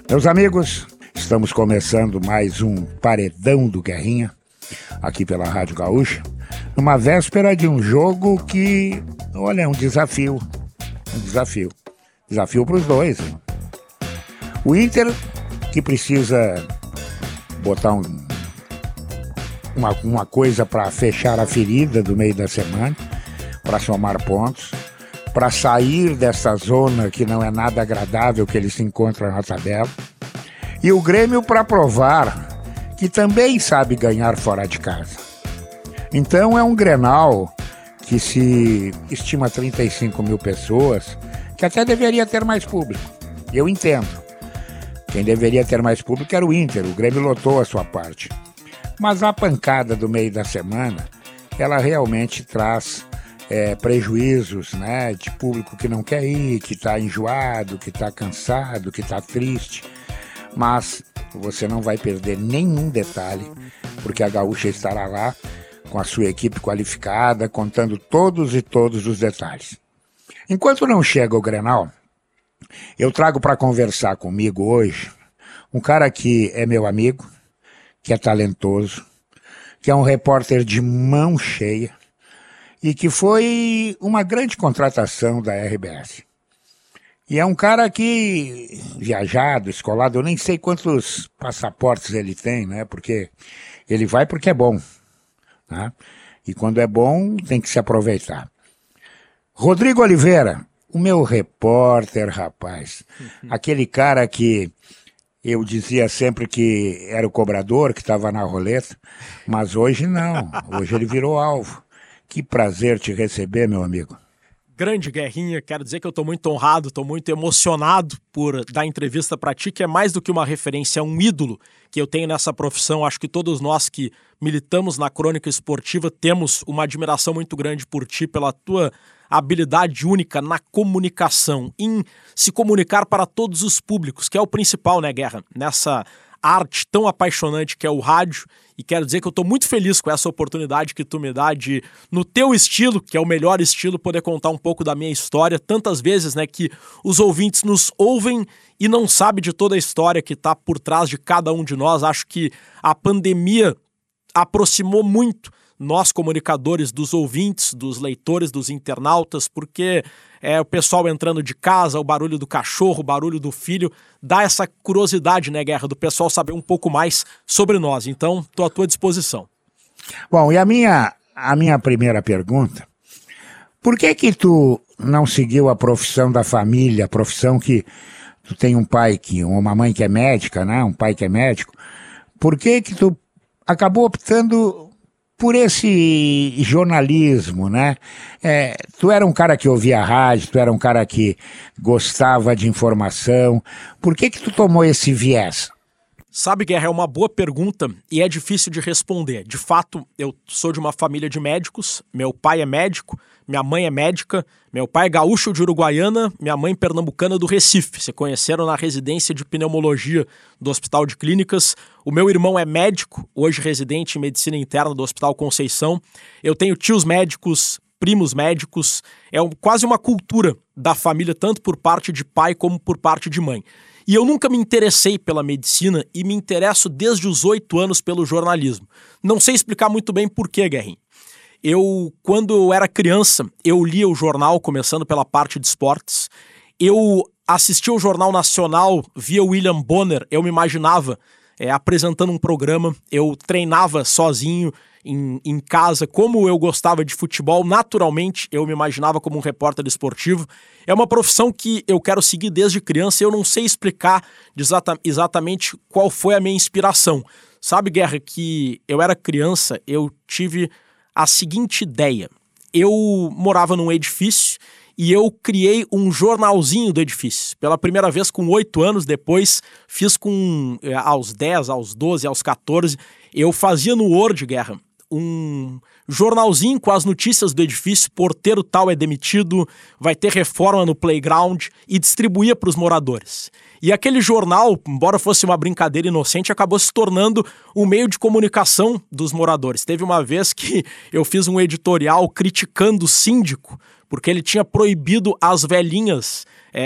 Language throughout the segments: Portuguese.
Meus amigos, estamos começando mais um Paredão do Guerrinha, aqui pela Rádio Gaúcha, numa véspera de um jogo que, olha, é um desafio. Desafio para os dois. O Inter, que precisa botar uma coisa para fechar a ferida do meio da semana, para somar pontos, para sair dessa zona que não é nada agradável que ele se encontra na tabela. E o Grêmio para provar que também sabe ganhar fora de casa. Então é um Grenal que se estima 35 mil pessoas, que até deveria ter mais público. Eu entendo. Quem deveria ter mais público era o Inter, o Grêmio lotou a sua parte. Mas a pancada do meio da semana, ela realmente traz prejuízos, né, de público que não quer ir, que está enjoado, que está cansado, que está triste. Mas você não vai perder nenhum detalhe, porque a Gaúcha estará lá com a sua equipe qualificada, contando todos os detalhes. Enquanto não chega o Grenal, eu trago para conversar comigo hoje um cara que é meu amigo, que é talentoso, que é um repórter de mão cheia e que foi uma grande contratação da RBS. E é um cara que, viajado, escolado, eu nem sei quantos passaportes ele tem, né? Porque ele vai porque é bom, né? E quando é bom, tem que se aproveitar. Rodrigo Oliveira, o meu repórter, rapaz. Aquele cara que eu dizia sempre que era o cobrador, que estava na roleta, mas hoje não. Hoje ele virou alvo. Que prazer te receber, meu amigo. Grande Guerrinha, quero dizer que eu estou muito honrado, estou muito emocionado por dar entrevista para ti, que é mais do que uma referência, é um ídolo que eu tenho nessa profissão. Acho que todos nós que militamos na crônica esportiva temos uma admiração muito grande por ti, pela tua habilidade única na comunicação, em se comunicar para todos os públicos, que é o principal, né, Guerra? Nessa arte tão apaixonante que é o rádio, e quero dizer que eu estou muito feliz com essa oportunidade que tu me dá de, no teu estilo, que é o melhor estilo, poder contar um pouco da minha história. Tantas vezes, né, que os ouvintes nos ouvem e não sabem de toda a história que está por trás de cada um de nós. Acho que a pandemia aproximou muito nós, comunicadores, dos ouvintes, dos leitores, dos internautas, porque o pessoal entrando de casa, o barulho do cachorro, o barulho do filho, dá essa curiosidade, né, Guerra, do pessoal saber um pouco mais sobre nós. Então, estou à tua disposição. Bom, e a minha primeira pergunta, por que tu não seguiu a profissão da família, a profissão que tu tem uma mãe que é médica, né, um pai que é médico, por que tu acabou optando por esse jornalismo, né? Tu era um cara que ouvia rádio, tu era um cara que gostava de informação. Por que tu tomou esse viés? Sabe, Guerra, é uma boa pergunta e é difícil de responder. De fato, eu sou de uma família de médicos, meu pai é médico, minha mãe é médica, meu pai é gaúcho de Uruguaiana, minha mãe pernambucana do Recife. Se conheceram na residência de pneumologia do Hospital de Clínicas. O meu irmão é médico, hoje residente em medicina interna do Hospital Conceição. Eu tenho tios médicos, primos médicos. É quase uma cultura da família, tanto por parte de pai como por parte de mãe. E eu nunca me interessei pela medicina e me interesso desde os 8 anos pelo jornalismo. Não sei explicar muito bem por quê, Guerrinho. Quando eu era criança, eu lia o jornal, começando pela parte de esportes. Eu assistia o Jornal Nacional, via William Bonner, eu me imaginava apresentando um programa, eu treinava sozinho em casa, como eu gostava de futebol, naturalmente eu me imaginava como um repórter esportivo. É uma profissão que eu quero seguir desde criança e eu não sei explicar exatamente qual foi a minha inspiração. Sabe, Guerra, que eu era criança, eu tive a seguinte ideia. Eu morava num edifício e eu criei um jornalzinho do edifício. Pela primeira vez com 8 anos, depois fiz aos 10, aos 12, aos 14. Eu fazia no Word, Guerra, um jornalzinho com as notícias do edifício, porteiro tal é demitido, vai ter reforma no playground, e distribuía para os moradores. E aquele jornal, embora fosse uma brincadeira inocente, acabou se tornando um meio de comunicação dos moradores. Teve uma vez que eu fiz um editorial criticando o síndico, porque ele tinha proibido as velhinhas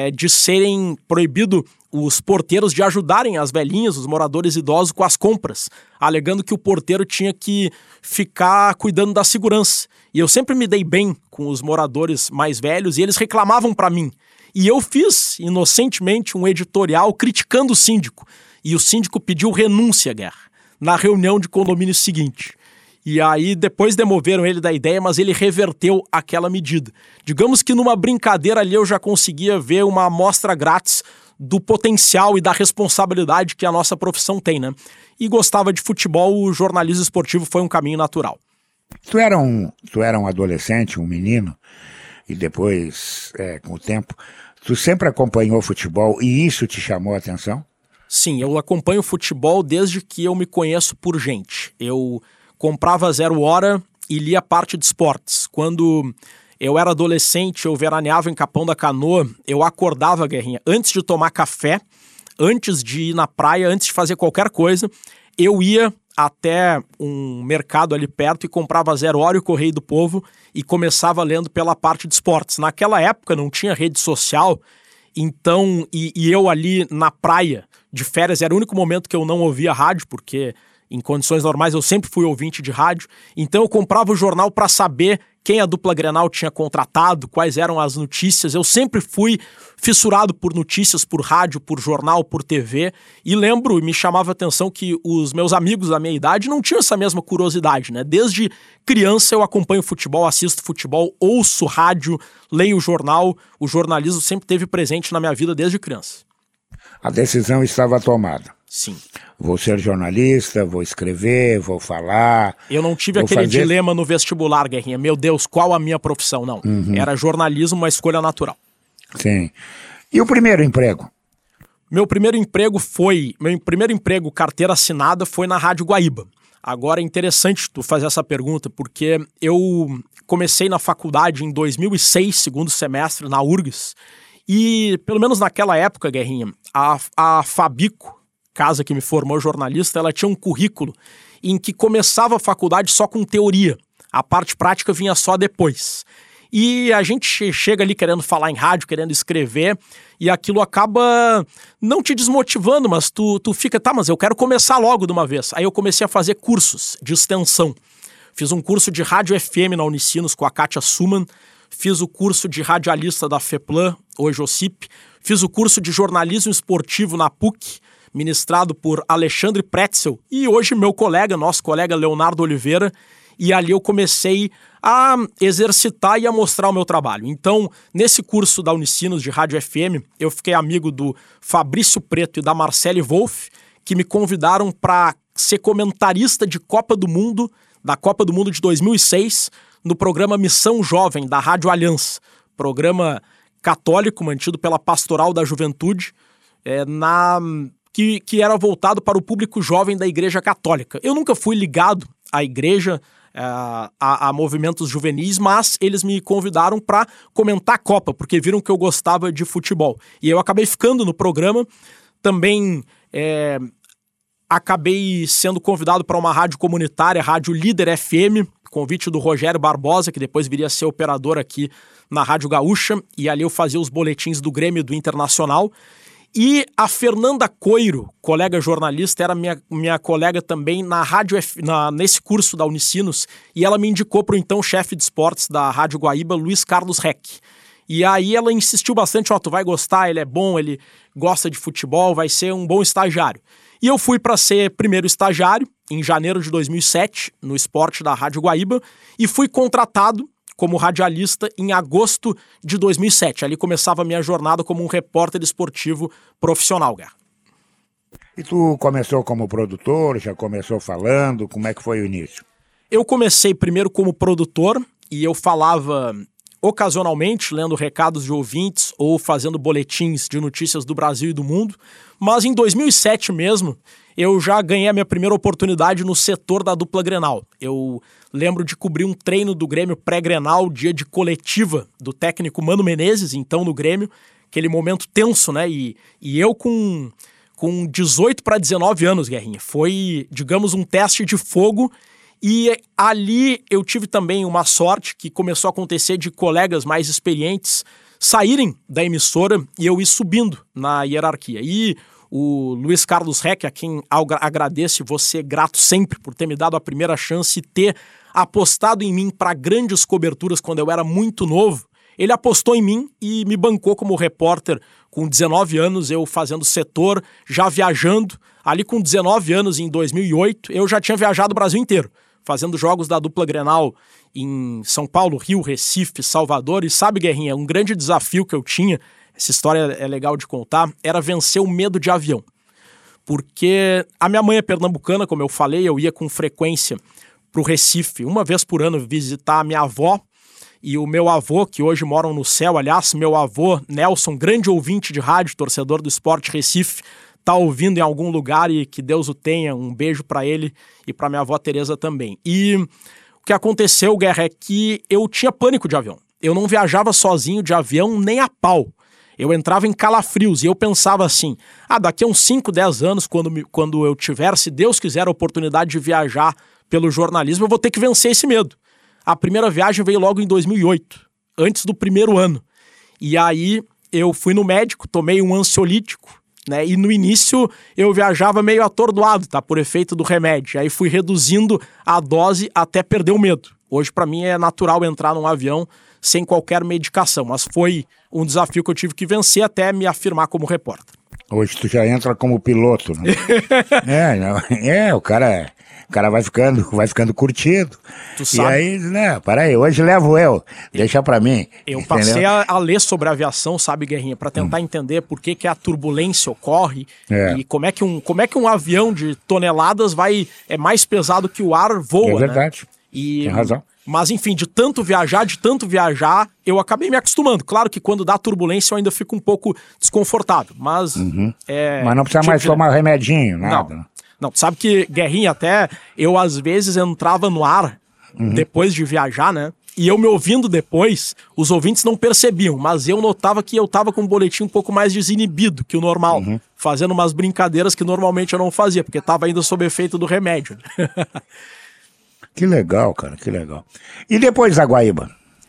proibido os porteiros de ajudarem as velhinhas, os moradores idosos, com as compras, alegando que o porteiro tinha que ficar cuidando da segurança. E eu sempre me dei bem com os moradores mais velhos e eles reclamavam para mim. E eu fiz, inocentemente, um editorial criticando o síndico. E o síndico pediu renúncia, Guerra, na reunião de condomínio seguinte. E aí depois demoveram ele da ideia, mas ele reverteu aquela medida. Digamos que numa brincadeira ali eu já conseguia ver uma amostra grátis do potencial e da responsabilidade que a nossa profissão tem, né? E gostava de futebol, o jornalismo esportivo foi um caminho natural. Tu era um adolescente, um menino, e depois, com o tempo, tu sempre acompanhou futebol e isso te chamou a atenção? Sim, eu acompanho futebol desde que eu me conheço por gente. Eu comprava Zero Hora e lia parte de esportes. Quando eu era adolescente, eu veraneava em Capão da Canoa, eu acordava, Guerrinha, antes de tomar café, antes de ir na praia, antes de fazer qualquer coisa, eu ia até um mercado ali perto e comprava Zero Hora e o Correio do Povo e começava lendo pela parte de esportes. Naquela época não tinha rede social, então, e eu ali na praia de férias, era o único momento que eu não ouvia rádio, porque em condições normais eu sempre fui ouvinte de rádio, então eu comprava o jornal para saber quem a dupla Grenal tinha contratado, quais eram as notícias. Eu sempre fui fissurado por notícias, por rádio, por jornal, por TV, e lembro, e me chamava a atenção que os meus amigos da minha idade não tinham essa mesma curiosidade, né? Desde criança eu acompanho futebol, assisto futebol, ouço rádio, leio jornal, o jornalismo sempre esteve presente na minha vida desde criança. A decisão estava tomada. Sim. Vou ser jornalista, vou escrever, vou falar. Eu não tive aquele dilema no vestibular, Guerrinha. Meu Deus, qual a minha profissão? Não. Era jornalismo, uma escolha natural. Sim. E o primeiro emprego? Meu primeiro emprego, carteira assinada, foi na Rádio Guaíba. Agora é interessante tu fazer essa pergunta, porque eu comecei na faculdade em 2006, segundo semestre, na URGS, e pelo menos naquela época, Guerrinha, a Fabico, casa que me formou jornalista, ela tinha um currículo em que começava a faculdade só com teoria. A parte prática vinha só depois. E a gente chega ali querendo falar em rádio, querendo escrever, e aquilo acaba não te desmotivando, mas tu fica, mas eu quero começar logo de uma vez. Aí eu comecei a fazer cursos de extensão. Fiz um curso de rádio FM na Unicinos com a Kátia Suman, fiz o curso de radialista da FEPLAN, hoje OCIP, fiz o curso de jornalismo esportivo na PUC, ministrado por Alexandre Pretzel, e hoje nosso colega Leonardo Oliveira, e ali eu comecei a exercitar e a mostrar o meu trabalho. Então, nesse curso da Unicinos de Rádio FM, eu fiquei amigo do Fabrício Preto e da Marcele Wolff, que me convidaram para ser comentarista de Copa do Mundo, da Copa do Mundo de 2006, no programa Missão Jovem, da Rádio Aliança, programa católico mantido pela Pastoral da Juventude, que era voltado para o público jovem da Igreja Católica. Eu nunca fui ligado à igreja, a movimentos juvenis, mas eles me convidaram para comentar a Copa, porque viram que eu gostava de futebol. E eu acabei ficando no programa. Também acabei sendo convidado para uma rádio comunitária, Rádio Líder FM, convite do Rogério Barbosa, que depois viria a ser operador aqui na Rádio Gaúcha, e ali eu fazia os boletins do Grêmio e do Internacional. E a Fernanda Coiro, colega jornalista, era minha colega também na rádio, nesse curso da Unicinos, e ela me indicou para o então chefe de esportes da Rádio Guaíba, Luiz Carlos Reck. E aí ela insistiu bastante, tu vai gostar, ele é bom, ele gosta de futebol, vai ser um bom estagiário. E eu fui para ser primeiro estagiário, em janeiro de 2007, no esporte da Rádio Guaíba, e fui contratado como radialista em agosto de 2007. Ali começava a minha jornada como um repórter esportivo profissional, Guerra. E tu começou como produtor, já começou falando, como é que foi o início? Eu comecei primeiro como produtor e eu falava ocasionalmente, lendo recados de ouvintes ou fazendo boletins de notícias do Brasil e do mundo, mas em 2007 mesmo, eu já ganhei a minha primeira oportunidade no setor da dupla Grenal. Eu lembro de cobrir um treino do Grêmio pré-Grenal, dia de coletiva do técnico Mano Menezes, então no Grêmio, aquele momento tenso, né? E eu com 18 para 19 anos, Guerrinha. Foi, digamos, um teste de fogo. E ali eu tive também uma sorte que começou a acontecer de colegas mais experientes saírem da emissora e eu ir subindo na hierarquia. E o Luiz Carlos Reck, a quem agradeço e vou ser grato sempre por ter me dado a primeira chance e ter apostado em mim para grandes coberturas quando eu era muito novo, ele apostou em mim e me bancou como repórter com 19 anos, eu fazendo setor, já viajando. Ali com 19 anos, em 2008, eu já tinha viajado o Brasil inteiro, fazendo jogos da dupla Grenal em São Paulo, Rio, Recife, Salvador. E sabe, Guerrinha, um grande desafio que eu tinha, essa história é legal de contar, era vencer o medo de avião. Porque a minha mãe é pernambucana, como eu falei, eu ia com frequência para o Recife, uma vez por ano, visitar a minha avó e o meu avô, que hoje moram no céu. Aliás, meu avô, Nelson, grande ouvinte de rádio, torcedor do Sport Recife, tá ouvindo em algum lugar e que Deus o tenha. Um beijo para ele e para minha avó Tereza também. E o que aconteceu, Guerra, é que eu tinha pânico de avião. Eu não viajava sozinho de avião nem a pau. Eu entrava em calafrios e eu pensava assim, daqui a uns 5, 10 anos, quando eu tiver, se Deus quiser, a oportunidade de viajar pelo jornalismo, eu vou ter que vencer esse medo. A primeira viagem veio logo em 2008, antes do primeiro ano. E aí eu fui no médico, tomei um ansiolítico, né? E no início eu viajava meio atordoado, tá? Por efeito do remédio. Aí fui reduzindo a dose até perder o medo. Hoje, para mim, é natural entrar num avião sem qualquer medicação. Mas foi um desafio que eu tive que vencer até me afirmar como repórter. Hoje tu já entra como piloto, né? O cara vai ficando curtido. Tu sabe. E aí, né, peraí, hoje levo eu, deixa pra mim. Eu passei a ler sobre aviação, sabe, Guerrinha, pra tentar entender por que a turbulência ocorre e como é que um avião de toneladas é mais pesado que o ar voa, É verdade, né? Tem razão. Mas enfim, de tanto viajar, eu acabei me acostumando. Claro que quando dá turbulência eu ainda fico um pouco desconfortável, mas... Mas não precisa mais tomar remedinho, nada. Não, sabe que, Guerrinha, até eu às vezes entrava no ar depois de viajar, né? E eu me ouvindo depois, os ouvintes não percebiam, mas eu notava que eu tava com um boletim um pouco mais desinibido que o normal, fazendo umas brincadeiras que normalmente eu não fazia, porque tava ainda sob efeito do remédio. Que legal, cara, que legal. E depois da Guaíba?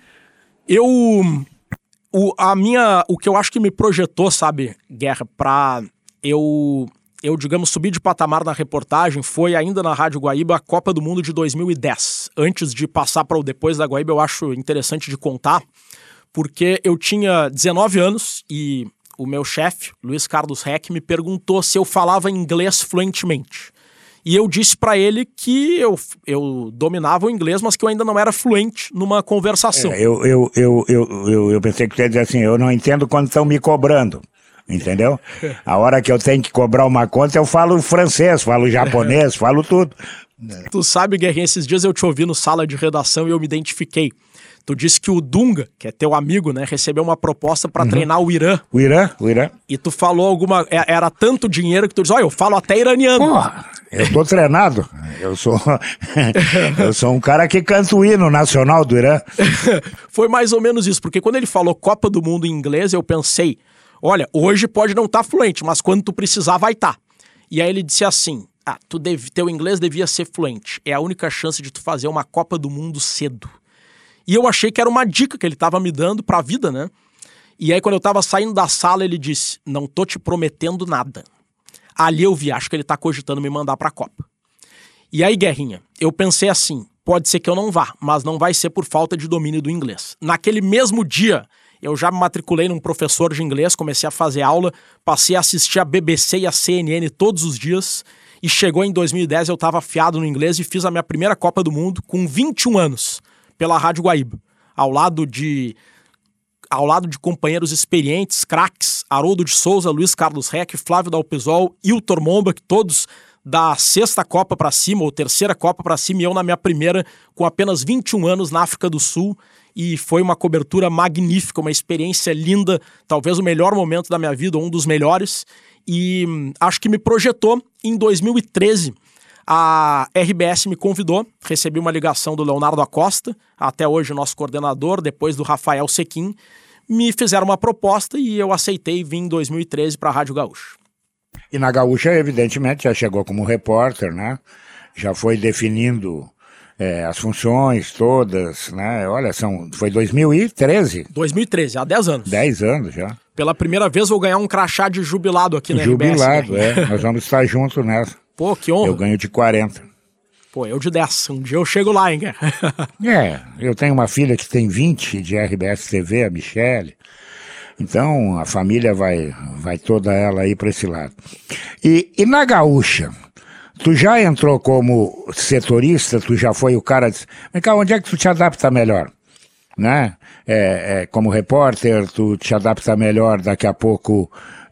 O que eu acho que me projetou, sabe, Guerra, pra eu, digamos, subir de patamar na reportagem foi ainda na Rádio Guaíba a Copa do Mundo de 2010. Antes de passar para o depois da Guaíba, eu acho interessante de contar, porque eu tinha 19 anos e o meu chefe, Luiz Carlos Reck, me perguntou se eu falava inglês fluentemente. E eu disse para ele que eu dominava o inglês, mas que eu ainda não era fluente numa conversação. Eu pensei que você ia dizer assim, eu não entendo quando estão me cobrando. Entendeu? A hora que eu tenho que cobrar uma conta, eu falo francês, falo japonês, falo tudo. Tu sabe, Guerrinha, esses dias eu te ouvi no sala de redação e eu me identifiquei. Tu disse que o Dunga, que é teu amigo, né, recebeu uma proposta pra treinar o Irã. O Irã. E tu falou era tanto dinheiro que tu disse, eu falo até iraniano. Porra, eu tô treinado. Eu sou um cara que canta o hino nacional do Irã. Foi mais ou menos isso, porque quando ele falou Copa do Mundo em inglês, eu pensei, olha, hoje pode não estar fluente, mas quando tu precisar vai estar. E aí ele disse assim, teu inglês devia ser fluente. É a única chance de tu fazer uma Copa do Mundo cedo. E eu achei que era uma dica que ele estava me dando pra vida, né? E aí quando eu tava saindo da sala, ele disse, não tô te prometendo nada. Ali eu vi, acho que ele tá cogitando me mandar pra Copa. E aí, Guerrinha, eu pensei assim, pode ser que eu não vá, mas não vai ser por falta de domínio do inglês. Naquele mesmo dia, eu já me matriculei num professor de inglês, comecei a fazer aula, passei a assistir a BBC e a CNN todos os dias, e chegou em 2010, eu tava afiado no inglês e fiz a minha primeira Copa do Mundo com 21 anos. Pela Rádio Guaíba, ao lado de companheiros experientes, craques, Haroldo de Souza, Luiz Carlos Reck, Flávio Dalpizol, Hilton Momba, que todos da sexta Copa para cima, ou terceira Copa para cima, e eu na minha primeira, com apenas 21 anos, na África do Sul, e foi uma cobertura magnífica, uma experiência linda, talvez o melhor momento da minha vida, ou um dos melhores, e acho que me projetou. Em 2013, a RBS me convidou, recebi uma ligação do Leonardo Acosta, até hoje o nosso coordenador, depois do Rafael Sequim, me fizeram uma proposta e eu aceitei e vim em 2013 para a Rádio Gaúcha. E na Gaúcha, evidentemente, já chegou como repórter, né? Já foi definindo as funções todas, né? Olha, foi 2013? 2013, há 10 anos. 10 anos já. Pela primeira vez vou ganhar um crachá de jubilado aqui na RBS. Jubilado, nós vamos estar juntos nessa. Pô, que honra. Eu ganho de 40. Pô, eu de 10. Um dia eu chego lá, hein, Guerra? Eu tenho uma filha que tem 20 de RBS TV, a Michele. Então, a família vai toda ela aí para esse lado. E na Gaúcha, tu já entrou como setorista, tu já foi o cara... Vem cá, onde é que tu te adapta melhor? Né? Como repórter, tu te adapta melhor daqui a pouco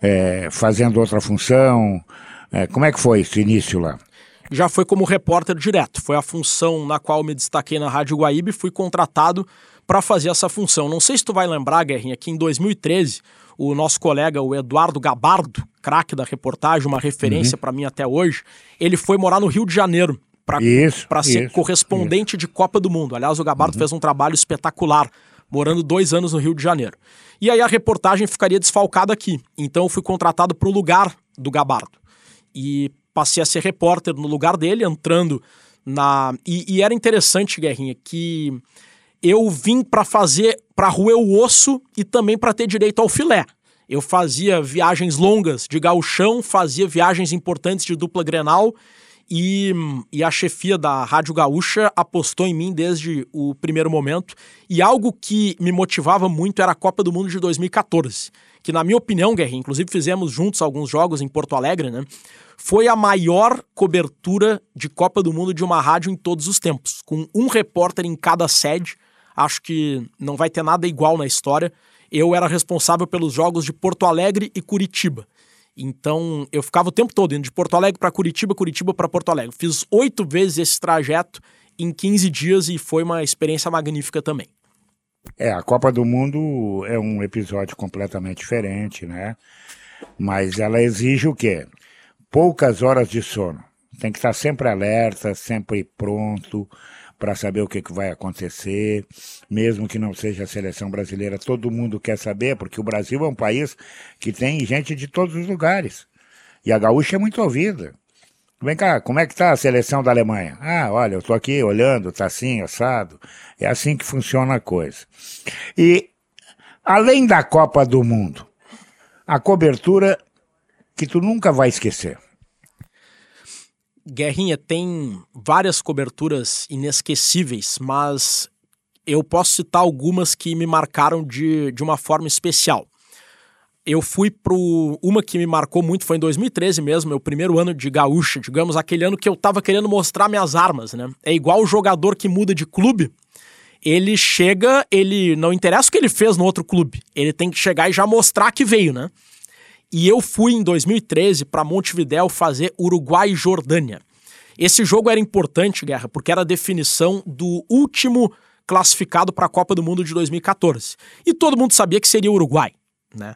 fazendo outra função. Como é que foi esse início lá? Já foi como repórter direto. Foi a função na qual me destaquei na Rádio Guaíba e fui contratado para fazer essa função. Não sei se tu vai lembrar, Guerrinha, que em 2013 o nosso colega, o Eduardo Gabardo, craque da reportagem, uma referência para mim até hoje, ele foi morar no Rio de Janeiro para ser correspondente de Copa do Mundo. Aliás, o Gabardo fez um trabalho espetacular, morando 2 anos no Rio de Janeiro. E aí a reportagem ficaria desfalcada aqui. Então eu fui contratado para o lugar do Gabardo. E passei a ser repórter no lugar dele, entrando na... E era interessante, Guerrinha, que eu vim para roer o osso e também para ter direito ao filé. Eu fazia viagens longas de gauchão, fazia viagens importantes de dupla Grenal e a chefia da Rádio Gaúcha apostou em mim desde o primeiro momento. E algo que me motivava muito era a Copa do Mundo de 2014, que na minha opinião, Guerrinha, inclusive fizemos juntos alguns jogos em Porto Alegre, né? Foi a maior cobertura de Copa do Mundo de uma rádio em todos os tempos, com um repórter em cada sede. Acho que não vai ter nada igual na história. Eu era responsável pelos jogos de Porto Alegre e Curitiba. Então, eu ficava o tempo todo indo de Porto Alegre para Curitiba, Curitiba para Porto Alegre. Fiz 8 vezes esse trajeto em 15 dias e foi uma experiência magnífica também. A Copa do Mundo é um episódio completamente diferente, né? Mas ela exige o quê? Poucas horas de sono. Tem que estar sempre alerta, sempre pronto para saber o que vai acontecer, mesmo que não seja a seleção brasileira, todo mundo quer saber, porque o Brasil é um país que tem gente de todos os lugares. E a Gaúcha é muito ouvida. Vem cá, como é que tá a seleção da Alemanha? Olha, eu tô aqui olhando, tá assim, assado. É assim que funciona a coisa. E, além da Copa do Mundo, a cobertura que tu nunca vai esquecer. Guerrinha, tem várias coberturas inesquecíveis, mas eu posso citar algumas que me marcaram de uma forma especial. Eu fui uma que me marcou muito, foi em 2013 mesmo, meu primeiro ano de gaúcha, digamos, aquele ano que eu tava querendo mostrar minhas armas, né? É igual o jogador que muda de clube, ele chega, ele não interessa o que ele fez no outro clube, ele tem que chegar e já mostrar que veio, né? E eu fui em 2013 para Montevidéu fazer Uruguai e Jordânia. Esse jogo era importante, Guerra, porque era a definição do último classificado para a Copa do Mundo de 2014. E todo mundo sabia que seria o Uruguai, né?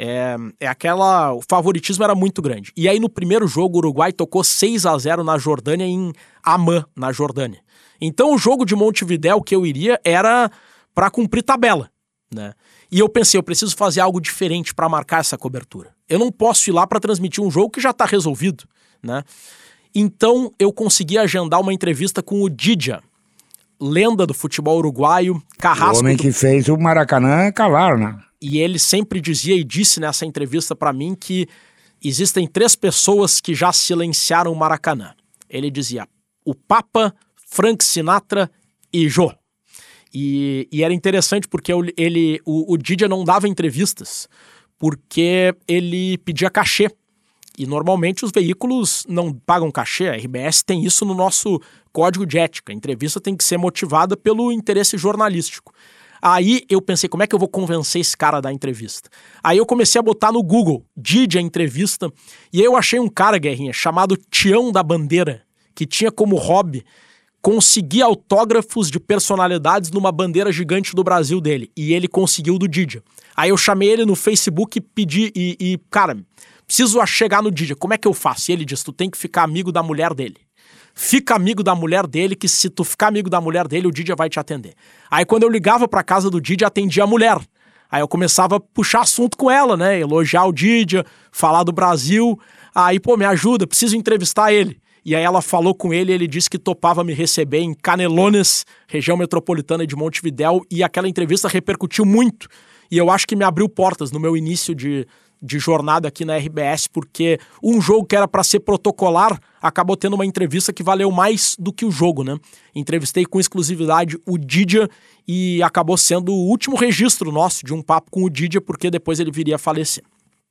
O favoritismo era muito grande. E aí no primeiro jogo o Uruguai tocou 6-0 na Jordânia, em Amman, na Jordânia. Então o jogo de Montevidéu que eu iria era para cumprir tabela, né? E eu pensei, eu preciso fazer algo diferente para marcar essa cobertura. Eu não posso ir lá para transmitir um jogo que já está resolvido, né? Então eu consegui agendar uma entrevista com o Didia, lenda do futebol uruguaio, carrasco. O homem que fez o Maracanã calar, né? E ele sempre dizia e disse nessa entrevista para mim que existem 3 pessoas que já silenciaram o Maracanã. Ele dizia o Papa, Frank Sinatra e Jô. E era interessante porque o Didia não dava entrevistas porque ele pedia cachê. E normalmente os veículos não pagam cachê, a RBS tem isso no nosso código de ética. A entrevista tem que ser motivada pelo interesse jornalístico. Aí eu pensei, como é que eu vou convencer esse cara a dar entrevista? Aí eu comecei a botar no Google, Didia entrevista, e aí eu achei um cara, Guerrinha, chamado Tião da Bandeira, que tinha como hobby conseguir autógrafos de personalidades numa bandeira gigante do Brasil dele. E ele conseguiu do Didia. Aí eu chamei ele no Facebook e pedi, cara, preciso chegar no Didia, como é que eu faço? E ele diz, tu tem que ficar amigo da mulher dele. Fica amigo da mulher dele, que se tu ficar amigo da mulher dele, o Didia vai te atender. Aí quando eu ligava pra casa do Didia, atendia a mulher. Aí eu começava a puxar assunto com ela, né? Elogiar o Didia, falar do Brasil. Aí, me ajuda, preciso entrevistar ele. E aí ela falou com ele e ele disse que topava me receber em Canelones, região metropolitana de Montevidéu, e aquela entrevista repercutiu muito. E eu acho que me abriu portas no meu início de jornada aqui na RBS, porque um jogo que era para ser protocolar acabou tendo uma entrevista que valeu mais do que o jogo, né? Entrevistei com exclusividade o Didia e acabou sendo o último registro nosso de um papo com o Didia, porque depois ele viria a falecer.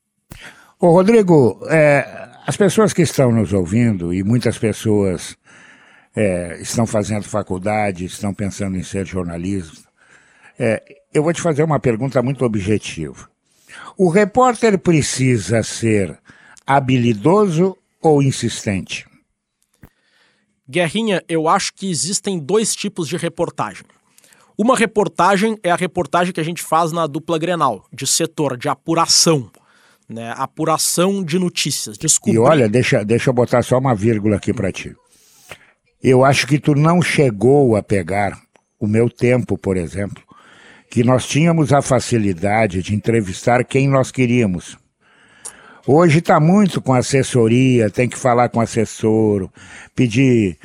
Ô Rodrigo, as pessoas que estão nos ouvindo, e muitas pessoas estão fazendo faculdade, estão pensando em ser jornalistas, eu vou te fazer uma pergunta muito objetiva. O repórter precisa ser habilidoso ou insistente? Guerrinha, eu acho que existem dois tipos de reportagem. Uma reportagem é a reportagem que a gente faz na dupla Grenal, de setor, de apuração. Né, apuração de notícias. E olha, deixa eu botar só uma vírgula aqui pra ti. Eu acho que tu não chegou a pegar o meu tempo, por exemplo, que nós tínhamos a facilidade de entrevistar quem nós queríamos. Hoje está muito com assessoria, tem que falar com o assessor, pedir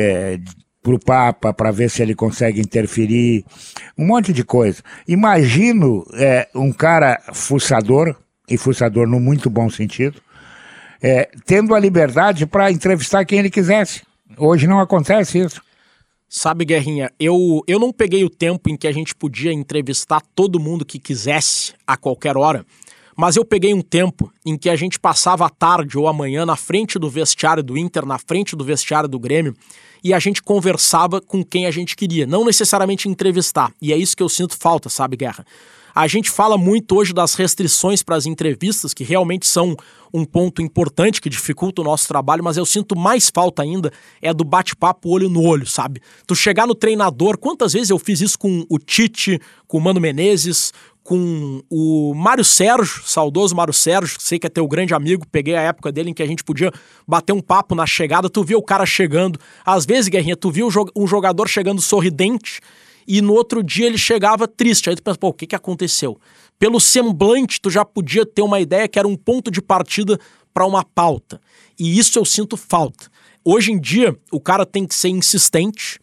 pro Papa para ver se ele consegue interferir, um monte de coisa. Imagino um cara fuçador, e fuçador no muito bom sentido, tendo a liberdade para entrevistar quem ele quisesse. Hoje não acontece isso. Sabe, Guerrinha, eu não peguei o tempo em que a gente podia entrevistar todo mundo que quisesse a qualquer hora, mas eu peguei um tempo em que a gente passava a tarde ou a manhã na frente do vestiário do Inter, na frente do vestiário do Grêmio, e a gente conversava com quem a gente queria, não necessariamente entrevistar. E é isso que eu sinto falta, sabe, Guerra? A gente fala muito hoje das restrições para as entrevistas, que realmente são um ponto importante que dificulta o nosso trabalho, mas eu sinto mais falta ainda do bate-papo olho no olho, sabe? Tu chegar no treinador, quantas vezes eu fiz isso com o Tite, com o Mano Menezes, com o Mário Sérgio, saudoso Mário Sérgio, sei que é teu grande amigo, peguei a época dele em que a gente podia bater um papo na chegada, tu via o cara chegando, às vezes, Guerrinha, tu via um jogador chegando sorridente, e no outro dia ele chegava triste. Aí tu pensa, o que aconteceu? Pelo semblante, tu já podia ter uma ideia que era um ponto de partida para uma pauta. E isso eu sinto falta. Hoje em dia, o cara tem que ser insistente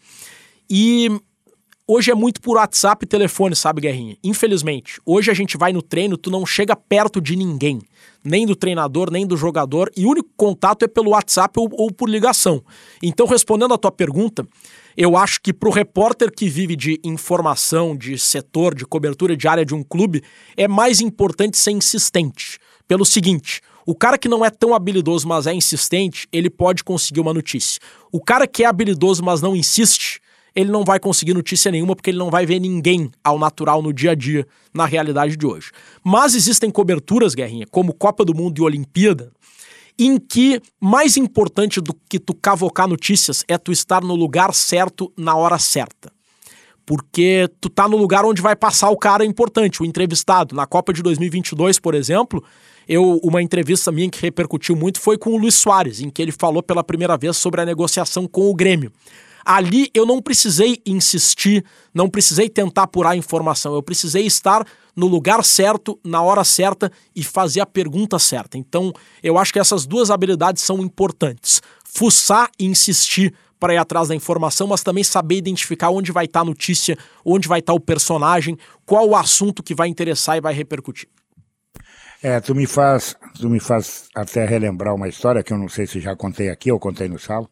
e hoje é muito por WhatsApp e telefone, sabe, Guerrinha? Infelizmente, hoje a gente vai no treino, tu não chega perto de ninguém, nem do treinador, nem do jogador, e o único contato é pelo WhatsApp ou por ligação. Então, respondendo a tua pergunta, eu acho que para o repórter que vive de informação, de setor, de cobertura de área de um clube, é mais importante ser insistente. Pelo seguinte, o cara que não é tão habilidoso, mas é insistente, ele pode conseguir uma notícia. O cara que é habilidoso, mas não insiste, ele não vai conseguir notícia nenhuma porque ele não vai ver ninguém ao natural no dia a dia, na realidade de hoje. Mas existem coberturas, Guerrinha, como Copa do Mundo e Olimpíada, em que mais importante do que tu cavocar notícias é tu estar no lugar certo na hora certa. Porque tu tá no lugar onde vai passar o cara importante, o entrevistado. Na Copa de 2022, por exemplo, uma entrevista minha que repercutiu muito foi com o Luis Soares, em que ele falou pela primeira vez sobre a negociação com o Grêmio. Ali eu não precisei insistir, não precisei tentar apurar a informação, eu precisei estar no lugar certo, na hora certa e fazer a pergunta certa. Então, eu acho que essas duas habilidades são importantes. Fuçar e insistir para ir atrás da informação, mas também saber identificar onde vai estar a notícia, onde vai estar o personagem, qual o assunto que vai interessar e vai repercutir. Tu me faz até relembrar uma história que eu não sei se já contei aqui ou contei no sala.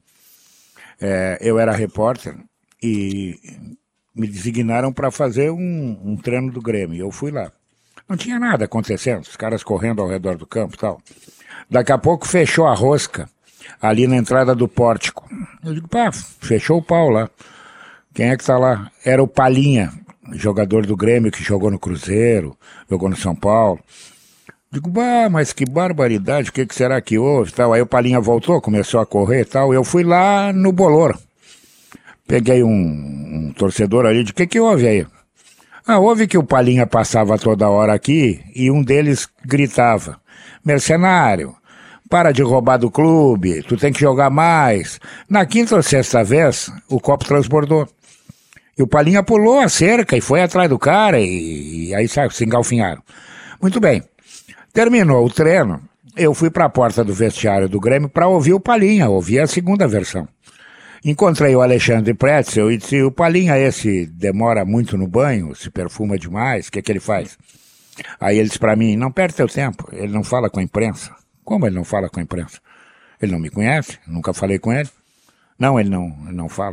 Eu era repórter e me designaram para fazer um treino do Grêmio. Eu fui lá. Não tinha nada acontecendo, os caras correndo ao redor do campo e tal. Daqui a pouco fechou a rosca ali na entrada do pórtico. Eu digo, fechou o pau lá. Quem é que tá lá? Era o Palinha, jogador do Grêmio que jogou no Cruzeiro, jogou no São Paulo. Digo, mas que barbaridade, o que será que houve? Tal. Aí o Palinha voltou, começou a correr e tal. Eu fui lá no bolor. Peguei um torcedor ali, de que houve aí? Houve que o Palinha passava toda hora aqui e um deles gritava. mercenário, para de roubar do clube, tu tem que jogar mais. Na quinta ou sexta vez, o copo transbordou. E o Palinha pulou a cerca e foi atrás do cara e aí se engalfinharam. Muito bem. Terminou o treino, eu fui para a porta do vestiário do Grêmio para ouvir o Palinha, ouvir a segunda versão. Encontrei o Alexandre Pretzel e disse, o Palinha esse demora muito no banho, se perfuma demais, o que ele faz? Aí ele disse para mim, não perde teu tempo, ele não fala com a imprensa. Como ele não fala com a imprensa? Ele não me conhece, nunca falei com ele. Não, ele não fala.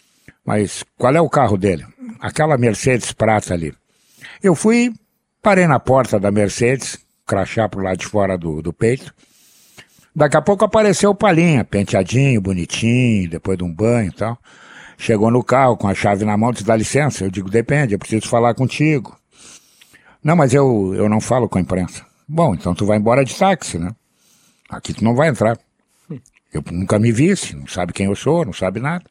Mas qual é o carro dele? Aquela Mercedes prata ali. Eu fui, parei na porta da Mercedes, crachá pro lado de fora do peito. Daqui a pouco apareceu o Palinha, penteadinho, bonitinho, depois de um banho e tal. Chegou no carro com a chave na mão, disse, dá licença. Eu digo, depende, eu preciso falar contigo. Não, mas eu não falo com a imprensa. Bom, então tu vai embora de táxi, né? Aqui tu não vai entrar. Eu nunca me visse, não sabe quem eu sou, não sabe nada.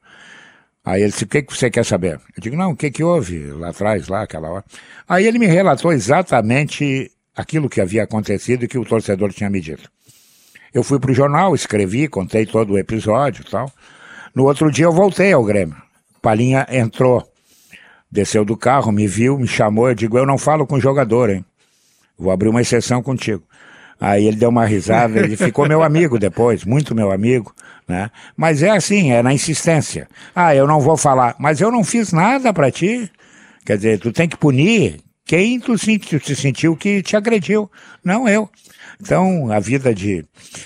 Aí ele disse, o que você quer saber? Eu digo, não, o que houve lá atrás, lá, aquela hora? Aí ele me relatou exatamente aquilo que havia acontecido e que o torcedor tinha me dito. Eu fui pro jornal, escrevi, contei todo o episódio e tal. No outro dia eu voltei ao Grêmio. Palinha entrou, desceu do carro, me viu, me chamou, eu digo, eu não falo com jogador, hein? Vou abrir uma exceção contigo. Aí ele deu uma risada, ele ficou meu amigo depois, muito meu amigo, né? Mas é assim, é na insistência. Ah, eu não vou falar, mas eu não fiz nada pra ti. Quer dizer, tu tem que punir quem tu se sentiu que te agrediu, não eu. Então, a vida de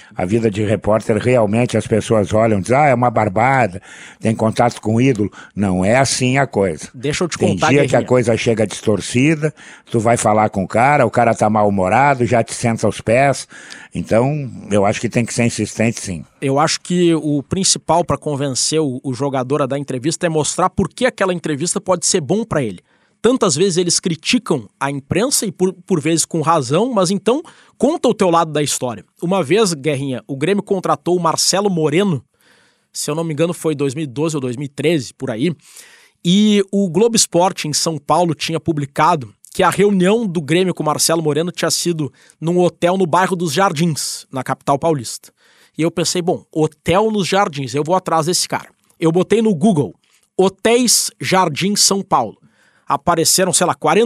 repórter, realmente as pessoas olham e dizem, é uma barbada, tem contato com o ídolo. Não é assim a coisa. Deixa eu te contar, Tem dia Guerrinha, que a coisa chega distorcida, tu vai falar com o cara tá mal-humorado, já te senta aos pés. Então, eu acho que tem que ser insistente, sim. Eu acho que o principal para convencer o jogador a dar entrevista é mostrar por que aquela entrevista pode ser bom para ele. Tantas vezes eles criticam a imprensa e por vezes com razão, mas então conta o teu lado da história. Uma vez, Guerrinha, o Grêmio contratou o Marcelo Moreno, se eu não me engano foi 2012 ou 2013, por aí, e o Globo Esporte em São Paulo tinha publicado que a reunião do Grêmio com o Marcelo Moreno tinha sido num hotel no bairro dos Jardins, na capital paulista. E eu pensei, bom, hotel nos Jardins, eu vou atrás desse cara. Eu botei no Google, Hotéis Jardim São Paulo. Apareceram,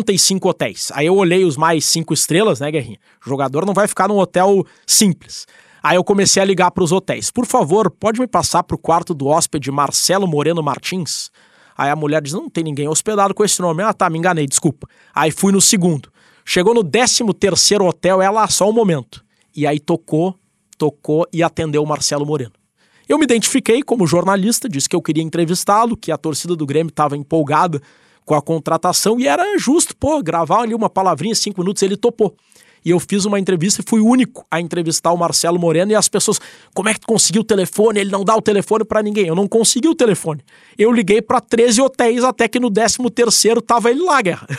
45 hotéis. Aí eu olhei os mais 5 estrelas, né, Guerrinha? O jogador não vai ficar num hotel simples. Aí eu comecei a ligar para os hotéis. Por favor, pode me passar para o quarto do hóspede Marcelo Moreno Martins? Aí a mulher diz, não tem ninguém hospedado com esse nome. Ah, tá, me enganei, desculpa. Aí fui no segundo. Chegou no 13º hotel, ela só um momento. E aí tocou e atendeu o Marcelo Moreno. Eu me identifiquei como jornalista, disse que eu queria entrevistá-lo, que a torcida do Grêmio estava empolgada com a contratação, e era justo, gravar ali uma palavrinha, 5 minutos, ele topou. E eu fiz uma entrevista e fui o único a entrevistar o Marcelo Moreno, e as pessoas, como é que tu conseguiu o telefone? Ele não dá o telefone pra ninguém. Eu não consegui o telefone. Eu liguei pra 13 hotéis, até que no 13º tava ele lá, Guerra.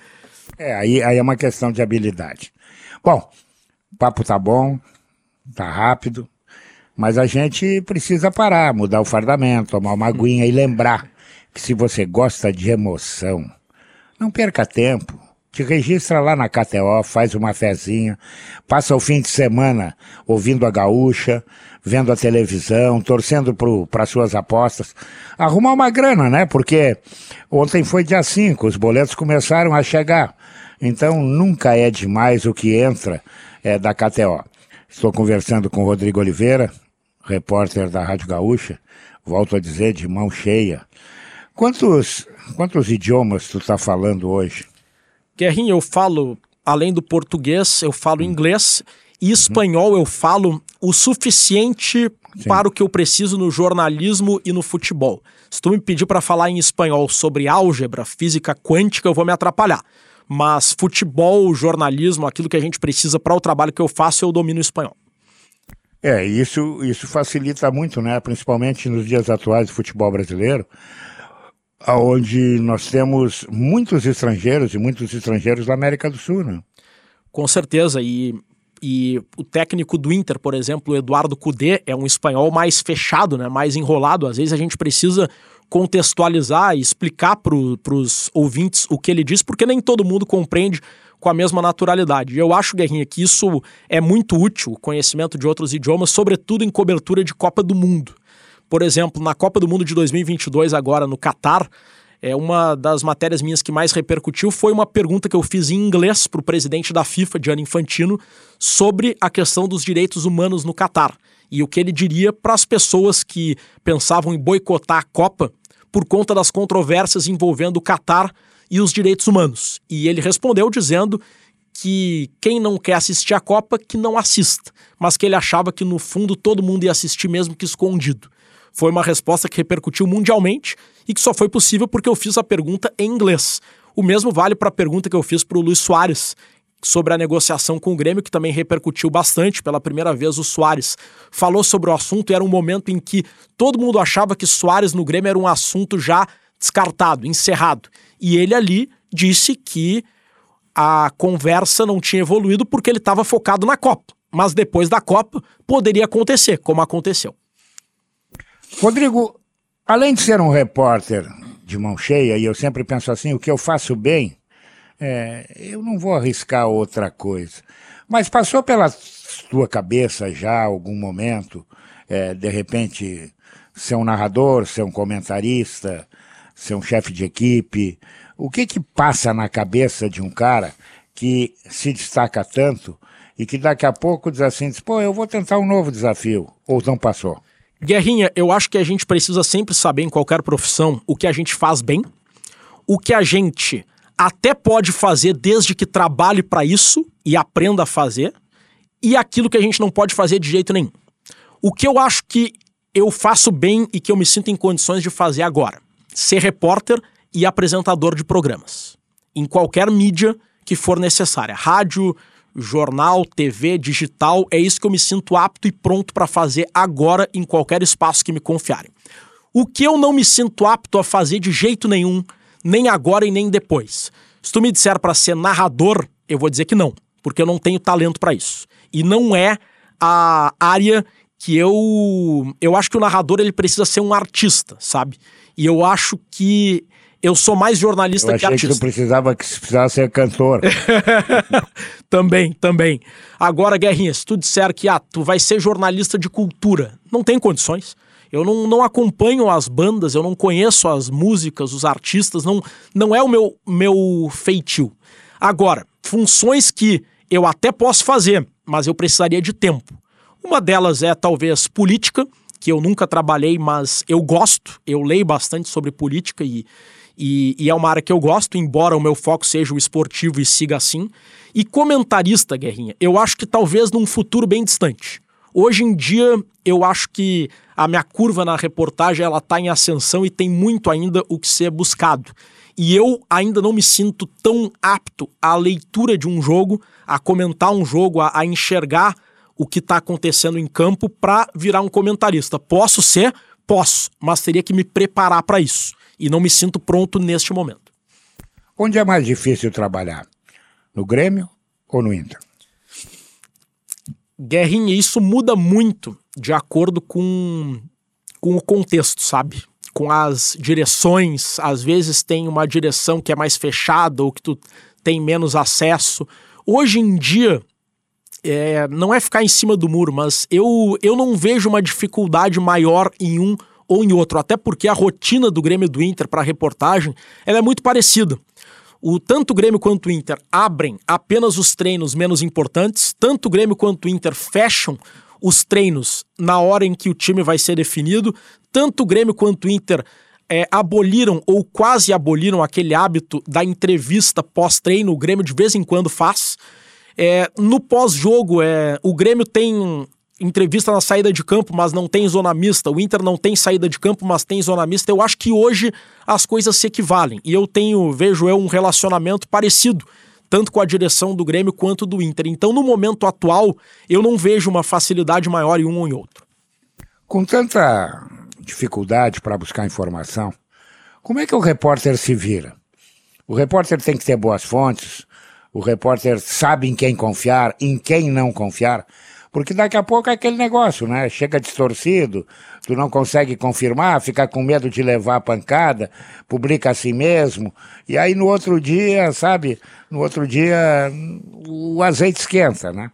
Aí é uma questão de habilidade. Bom, o papo tá bom, tá rápido, mas a gente precisa parar, mudar o fardamento, tomar uma aguinha e lembrar que se você gosta de emoção, não perca tempo, te registra lá na KTO, faz uma fezinha, passa o fim de semana ouvindo a gaúcha, vendo a televisão, torcendo para suas apostas, arrumar uma grana, né? Porque ontem foi dia 5, os boletos começaram a chegar, então nunca é demais o que entra da KTO. Estou conversando com o Rodrigo Oliveira, repórter da Rádio Gaúcha, volto a dizer, de mão cheia. Quantos idiomas tu tá falando hoje? Guerrinha, eu falo, além do português, eu falo inglês e espanhol eu falo o suficiente para o que eu preciso no jornalismo e no futebol. Se tu me pedir para falar em espanhol sobre álgebra, física quântica, eu vou me atrapalhar. Mas futebol, jornalismo, aquilo que a gente precisa para o trabalho que eu faço, eu domino o espanhol. Isso facilita muito, né? Principalmente nos dias atuais do futebol brasileiro, onde nós temos muitos estrangeiros da América do Sul, né? Com certeza, e o técnico do Inter, por exemplo, o Eduardo Cudê, é um espanhol mais fechado, né? Mais enrolado. Às vezes a gente precisa contextualizar e explicar para os ouvintes o que ele diz, porque nem todo mundo compreende com a mesma naturalidade. E eu acho, Guerrinha, que isso é muito útil, o conhecimento de outros idiomas, sobretudo em cobertura de Copa do Mundo. Por exemplo, na Copa do Mundo de 2022, agora no Catar, uma das matérias minhas que mais repercutiu foi uma pergunta que eu fiz em inglês para o presidente da FIFA, Gianni Infantino, sobre a questão dos direitos humanos no Catar. E o que ele diria para as pessoas que pensavam em boicotar a Copa por conta das controvérsias envolvendo o Catar e os direitos humanos. E ele respondeu dizendo que quem não quer assistir a Copa, que não assista. Mas que ele achava que no fundo todo mundo ia assistir mesmo que escondido. Foi uma resposta que repercutiu mundialmente e que só foi possível porque eu fiz a pergunta em inglês. O mesmo vale para a pergunta que eu fiz para o Luis Soares sobre a negociação com o Grêmio, que também repercutiu bastante. Pela primeira vez o Soares falou sobre o assunto e era um momento em que todo mundo achava que Soares no Grêmio era um assunto já descartado, encerrado. E ele ali disse que a conversa não tinha evoluído porque ele estava focado na Copa. Mas depois da Copa poderia acontecer, como aconteceu. Rodrigo, além de ser um repórter de mão cheia, e eu sempre penso assim, o que eu faço bem, eu não vou arriscar outra coisa. Mas passou pela tua cabeça já algum momento, de repente, ser um narrador, ser um comentarista, ser um chefe de equipe? O que passa na cabeça de um cara que se destaca tanto e que daqui a pouco diz assim, pô, eu vou tentar um novo desafio, ou não passou? Guerrinha, eu acho que a gente precisa sempre saber em qualquer profissão o que a gente faz bem, o que a gente até pode fazer desde que trabalhe para isso e aprenda a fazer, e aquilo que a gente não pode fazer de jeito nenhum. O que eu acho que eu faço bem e que eu me sinto em condições de fazer agora? Ser repórter e apresentador de programas, em qualquer mídia que for necessária. Rádio, jornal, TV, digital, é isso que eu me sinto apto e pronto para fazer agora em qualquer espaço que me confiarem. O que eu não me sinto apto a fazer de jeito nenhum, nem agora e nem depois. Se tu me disser para ser narrador, eu vou dizer que não, porque eu não tenho talento para isso. E não é a área que eu acho que o narrador ele precisa ser um artista, sabe? E eu acho que eu sou mais jornalista que artista. Eu achei que tu precisava ser cantor. Também. Agora, Guerrinha, se tu disser que tu vai ser jornalista de cultura, não tem condições. Eu não acompanho as bandas, eu não conheço as músicas, os artistas, não é o meu feitio. Agora, funções que eu até posso fazer, mas eu precisaria de tempo. Uma delas é talvez política, que eu nunca trabalhei, mas eu gosto, eu leio bastante sobre política e é uma área que eu gosto, embora o meu foco seja o esportivo e siga assim. E comentarista, Guerrinha, eu acho que talvez num futuro bem distante. Hoje em dia, eu acho que a minha curva na reportagem ela está em ascensão e tem muito ainda o que ser buscado. E eu ainda não me sinto tão apto à leitura de um jogo, a comentar um jogo, a enxergar o que está acontecendo em campo para virar um comentarista. Posso ser? Posso, mas teria que me preparar para isso. E não me sinto pronto neste momento. Onde é mais difícil trabalhar? No Grêmio ou no Inter? Guerrinha, isso muda muito de acordo com o contexto, sabe? Com as direções. Às vezes tem uma direção que é mais fechada ou que tu tem menos acesso. Hoje em dia, não é ficar em cima do muro, mas eu não vejo uma dificuldade maior em um ou em outro, até porque a rotina do Grêmio e do Inter para a reportagem ela é muito parecida. Tanto o Grêmio quanto o Inter abrem apenas os treinos menos importantes, tanto o Grêmio quanto o Inter fecham os treinos na hora em que o time vai ser definido, tanto o Grêmio quanto o Inter aboliram ou quase aboliram aquele hábito da entrevista pós-treino, o Grêmio de vez em quando faz. No pós-jogo, o Grêmio tem entrevista na saída de campo, mas não tem zona mista. O Inter não tem saída de campo, mas tem zona mista. Eu acho que hoje as coisas se equivalem. E vejo um relacionamento parecido, tanto com a direção do Grêmio quanto do Inter. Então, no momento atual, eu não vejo uma facilidade maior em um ou em outro. Com tanta dificuldade para buscar informação, como é que o repórter se vira? O repórter tem que ter boas fontes, o repórter sabe em quem confiar, em quem não confiar. Porque daqui a pouco é aquele negócio, né? Chega distorcido, tu não consegue confirmar, fica com medo de levar a pancada, publica assim mesmo, e aí no outro dia, sabe? No outro dia o azeite esquenta, né?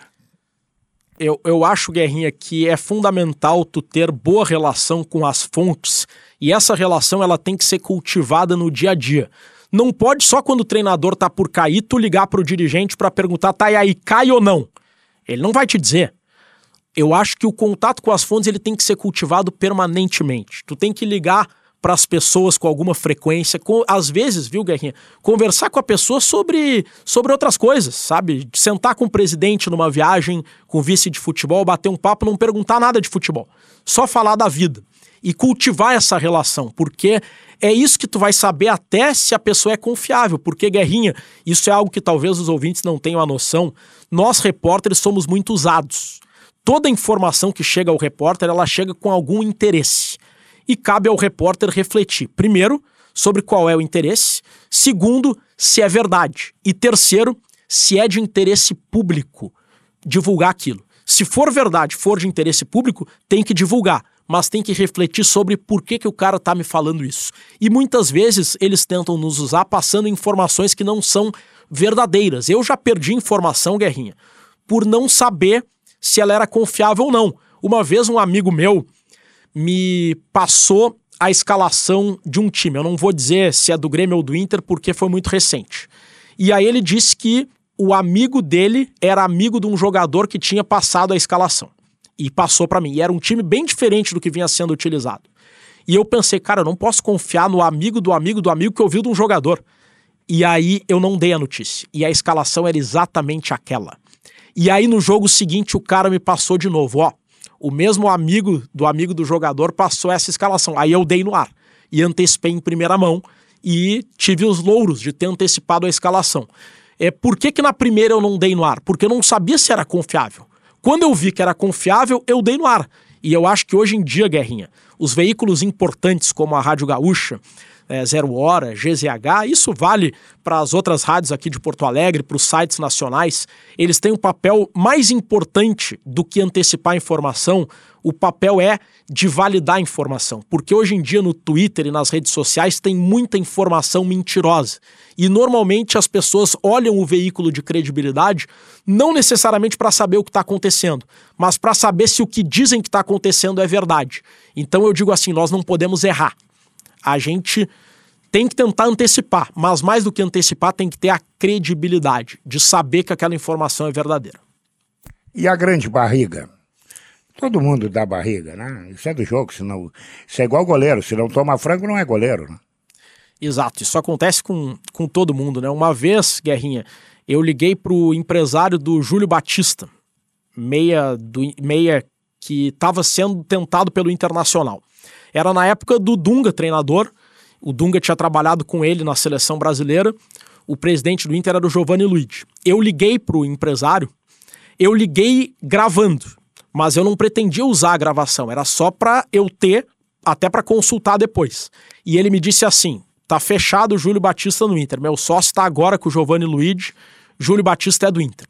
Eu acho, Guerrinha, que é fundamental tu ter boa relação com as fontes, e essa relação ela tem que ser cultivada no dia a dia. Não pode só quando o treinador tá por cair, tu ligar pro dirigente pra perguntar, tá, e aí, cai ou não? Ele não vai te dizer. Eu acho que o contato com as fontes ele tem que ser cultivado permanentemente. Tu tem que ligar para as pessoas com alguma frequência, às vezes, viu, Guerrinha, conversar com a pessoa sobre outras coisas, sabe? Sentar com o presidente numa viagem, com o vice de futebol, bater um papo, não perguntar nada de futebol. Só falar da vida. E cultivar essa relação, porque é isso que tu vai saber até se a pessoa é confiável. Porque, Guerrinha, isso é algo que talvez os ouvintes não tenham a noção, nós, repórteres, somos muito usados. Toda informação que chega ao repórter, ela chega com algum interesse. E cabe ao repórter refletir, primeiro, sobre qual é o interesse, segundo, se é verdade, e terceiro, se é de interesse público divulgar aquilo. Se for verdade, for de interesse público, tem que divulgar, mas tem que refletir sobre por que o cara tá me falando isso. E muitas vezes eles tentam nos usar passando informações que não são verdadeiras. Eu já perdi informação, Guerrinha, por não saber se ela era confiável ou não. Uma vez um amigo meu me passou a escalação de um time. Eu não vou dizer se é do Grêmio ou do Inter, porque foi muito recente. E aí ele disse que o amigo dele era amigo de um jogador que tinha passado a escalação. E passou pra mim. E era um time bem diferente do que vinha sendo utilizado. E eu pensei, cara, eu não posso confiar no amigo do amigo do amigo que ouviu de um jogador. E aí eu não dei a notícia. E a escalação era exatamente aquela. E aí no jogo seguinte o cara me passou de novo, ó. O mesmo amigo do jogador passou essa escalação. Aí eu dei no ar. E antecipei em primeira mão. E tive os louros de ter antecipado a escalação. Por que na primeira eu não dei no ar? Porque eu não sabia se era confiável. Quando eu vi que era confiável, eu dei no ar. E eu acho que hoje em dia, Guerrinha, os veículos importantes como a Rádio Gaúcha, Zero Hora, GZH, isso vale para as outras rádios aqui de Porto Alegre, para os sites nacionais, eles têm um papel mais importante do que antecipar a informação, o papel é de validar a informação, porque hoje em dia no Twitter e nas redes sociais tem muita informação mentirosa, e normalmente as pessoas olham o veículo de credibilidade não necessariamente para saber o que está acontecendo, mas para saber se o que dizem que está acontecendo é verdade. Então eu digo assim, nós não podemos errar. A gente tem que tentar antecipar, mas mais do que antecipar, tem que ter a credibilidade de saber que aquela informação é verdadeira. E a grande barriga? Todo mundo dá barriga, né? Isso é do jogo, senão... Isso é igual goleiro, se não toma frango não é goleiro, né? Exato, isso acontece com todo mundo, né? Uma vez, Guerrinha, eu liguei pro empresário do Júlio Batista, meia que estava sendo tentado pelo Internacional. Era na época do Dunga, treinador. O Dunga tinha trabalhado com ele na seleção brasileira. O presidente do Inter era o Giovanni Luigi. Eu liguei pro empresário, eu liguei gravando, mas eu não pretendia usar a gravação, era só para eu ter, até para consultar depois. E ele me disse assim, tá fechado o Júlio Batista no Inter, meu sócio tá agora com o Giovanni Luigi, Júlio Batista é do Inter.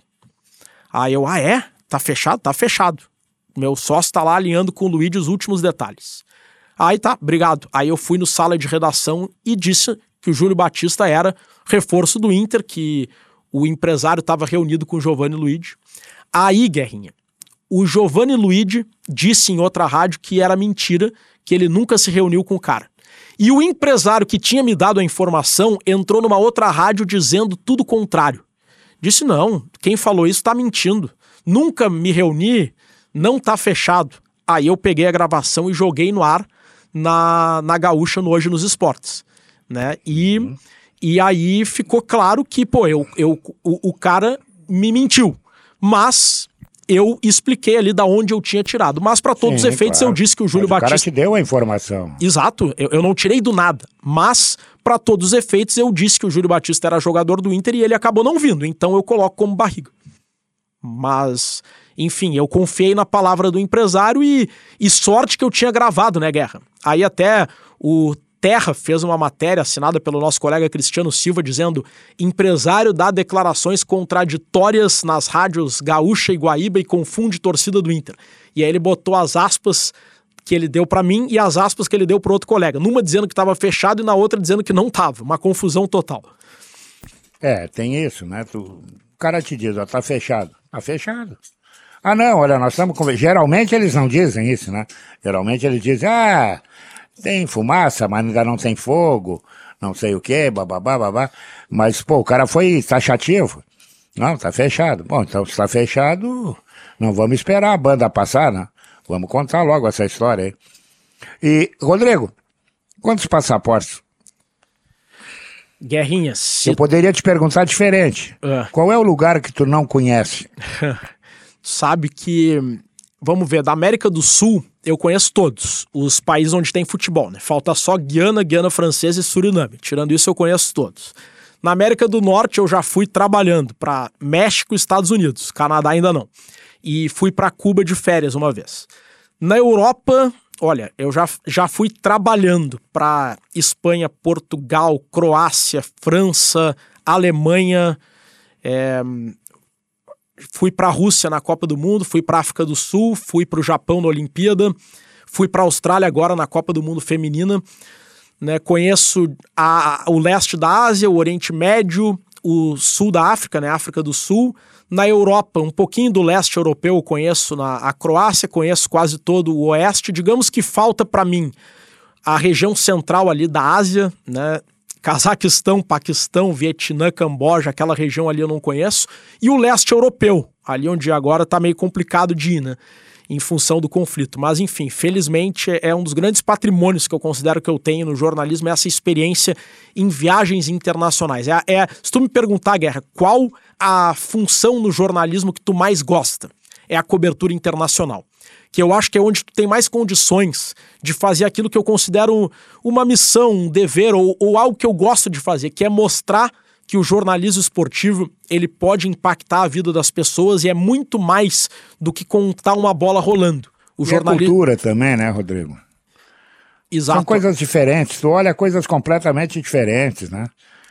Aí eu, Tá fechado? Tá fechado. Meu sócio tá lá alinhando com o Luigi os últimos detalhes. Aí tá, obrigado. Aí eu fui no sala de redação e disse que o Júlio Batista era reforço do Inter, que o empresário estava reunido com o Giovanni Luigi. Aí, Guerrinha, o Giovanni Luigi disse em outra rádio que era mentira, que ele nunca se reuniu com o cara. E o empresário que tinha me dado a informação entrou numa outra rádio dizendo tudo contrário. Disse, não, quem falou isso tá mentindo. Nunca me reuni, não tá fechado. Aí eu peguei a gravação e joguei no ar na Gaúcha no Hoje nos Esportes, né? E aí ficou claro que, o cara me mentiu, mas eu expliquei ali da onde eu tinha tirado. Mas para todos os efeitos claro. Eu disse que o Júlio Batista... O cara te deu a informação. Exato, eu não tirei do nada, mas para todos os efeitos eu disse que o Júlio Batista era jogador do Inter e ele acabou não vindo, então eu coloco como barriga. Mas... Enfim, eu confiei na palavra do empresário e sorte que eu tinha gravado, né, Guerra? Aí até o Terra fez uma matéria assinada pelo nosso colega Cristiano Silva dizendo: empresário dá declarações contraditórias nas rádios Gaúcha e Guaíba e confunde torcida do Inter. E aí ele botou as aspas que ele deu para mim e as aspas que ele deu para outro colega. Numa dizendo que estava fechado e na outra dizendo que não estava. Uma confusão total. Tem isso, né? O cara te diz, ó, tá fechado. Tá fechado. Ah, não, olha, nós estamos conversando. Geralmente eles não dizem isso, né? Geralmente eles dizem, tem fumaça, mas ainda não tem fogo, não sei o quê, bababá, babá. Mas, pô, o cara foi taxativo. Não, tá fechado. Bom, então se tá fechado, não vamos esperar a banda passar, né? Vamos contar logo essa história aí. E, Rodrigo, quantos passaportes? Guerrinha, Eu poderia te perguntar diferente. Qual é o lugar que tu não conhece? Sabe que, vamos ver, da América do Sul, eu conheço todos os países onde tem futebol, né? Falta só Guiana, Guiana Francesa e Suriname. Tirando isso, eu conheço todos. Na América do Norte, eu já fui trabalhando para México e Estados Unidos. Canadá ainda não. E fui para Cuba de férias uma vez. Na Europa, olha, eu já fui trabalhando para Espanha, Portugal, Croácia, França, Alemanha, fui para a Rússia na Copa do Mundo, fui para a África do Sul, fui para o Japão na Olimpíada, fui para a Austrália agora na Copa do Mundo Feminina, né? Conheço o leste da Ásia, o Oriente Médio, o sul da África, né? África do Sul. Na Europa, um pouquinho do leste europeu eu conheço a Croácia, conheço quase todo o oeste. Digamos que falta para mim a região central ali da Ásia, né? Cazaquistão, Paquistão, Vietnã, Camboja, aquela região ali eu não conheço. E o leste europeu, ali onde agora tá meio complicado de ir, né? Em função do conflito. Mas, enfim, felizmente é um dos grandes patrimônios que eu considero que eu tenho no jornalismo, essa experiência em viagens internacionais. Se tu me perguntar, Guerra, qual a função no jornalismo que tu mais gosta? É a cobertura internacional. Que eu acho que é onde tu tem mais condições de fazer aquilo que eu considero uma missão, um dever ou algo que eu gosto de fazer, que é mostrar que o jornalismo esportivo ele pode impactar a vida das pessoas e é muito mais do que contar uma bola rolando. A cultura também, né, Rodrigo? Exato. São coisas diferentes, tu olha coisas completamente diferentes, né?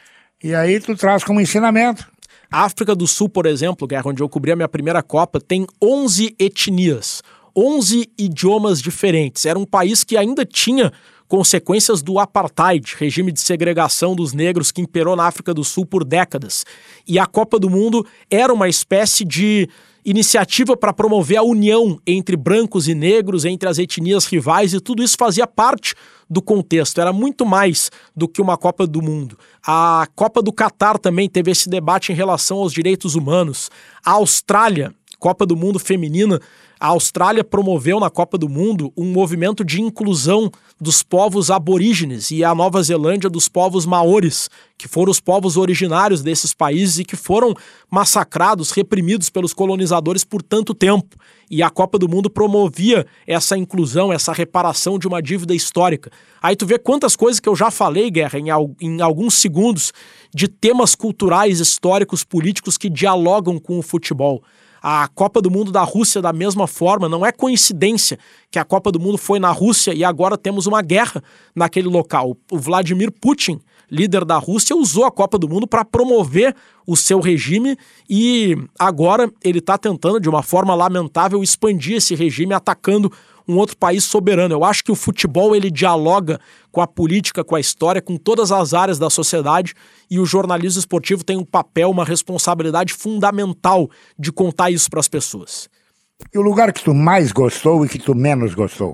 E aí tu traz como ensinamento. A África do Sul, por exemplo, Guerra, onde eu cobri a minha primeira Copa, tem 11 etnias, 11 idiomas diferentes. Era um país que ainda tinha consequências do apartheid, regime de segregação dos negros que imperou na África do Sul por décadas. E a Copa do Mundo era uma espécie de iniciativa para promover a união entre brancos e negros, entre as etnias rivais, e tudo isso fazia parte do contexto. Era muito mais do que uma Copa do Mundo. A Copa do Catar também teve esse debate em relação aos direitos humanos. A Austrália, Copa do Mundo feminina, a Austrália promoveu na Copa do Mundo um movimento de inclusão dos povos aborígenes e a Nova Zelândia dos povos maoris, que foram os povos originários desses países e que foram massacrados, reprimidos pelos colonizadores por tanto tempo. E a Copa do Mundo promovia essa inclusão, essa reparação de uma dívida histórica. Aí tu vê quantas coisas que eu já falei, Guerra, em alguns segundos, de temas culturais, históricos, políticos que dialogam com o futebol. A Copa do Mundo da Rússia, da mesma forma, não é coincidência que a Copa do Mundo foi na Rússia e agora temos uma guerra naquele local. O Vladimir Putin, líder da Rússia, usou a Copa do Mundo para promover o seu regime e agora ele está tentando, de uma forma lamentável, expandir esse regime atacando um outro país soberano. Eu acho que o futebol ele dialoga com a política, com a história, com todas as áreas da sociedade e o jornalismo esportivo tem um papel, uma responsabilidade fundamental de contar isso para as pessoas. E o lugar que tu mais gostou e que tu menos gostou?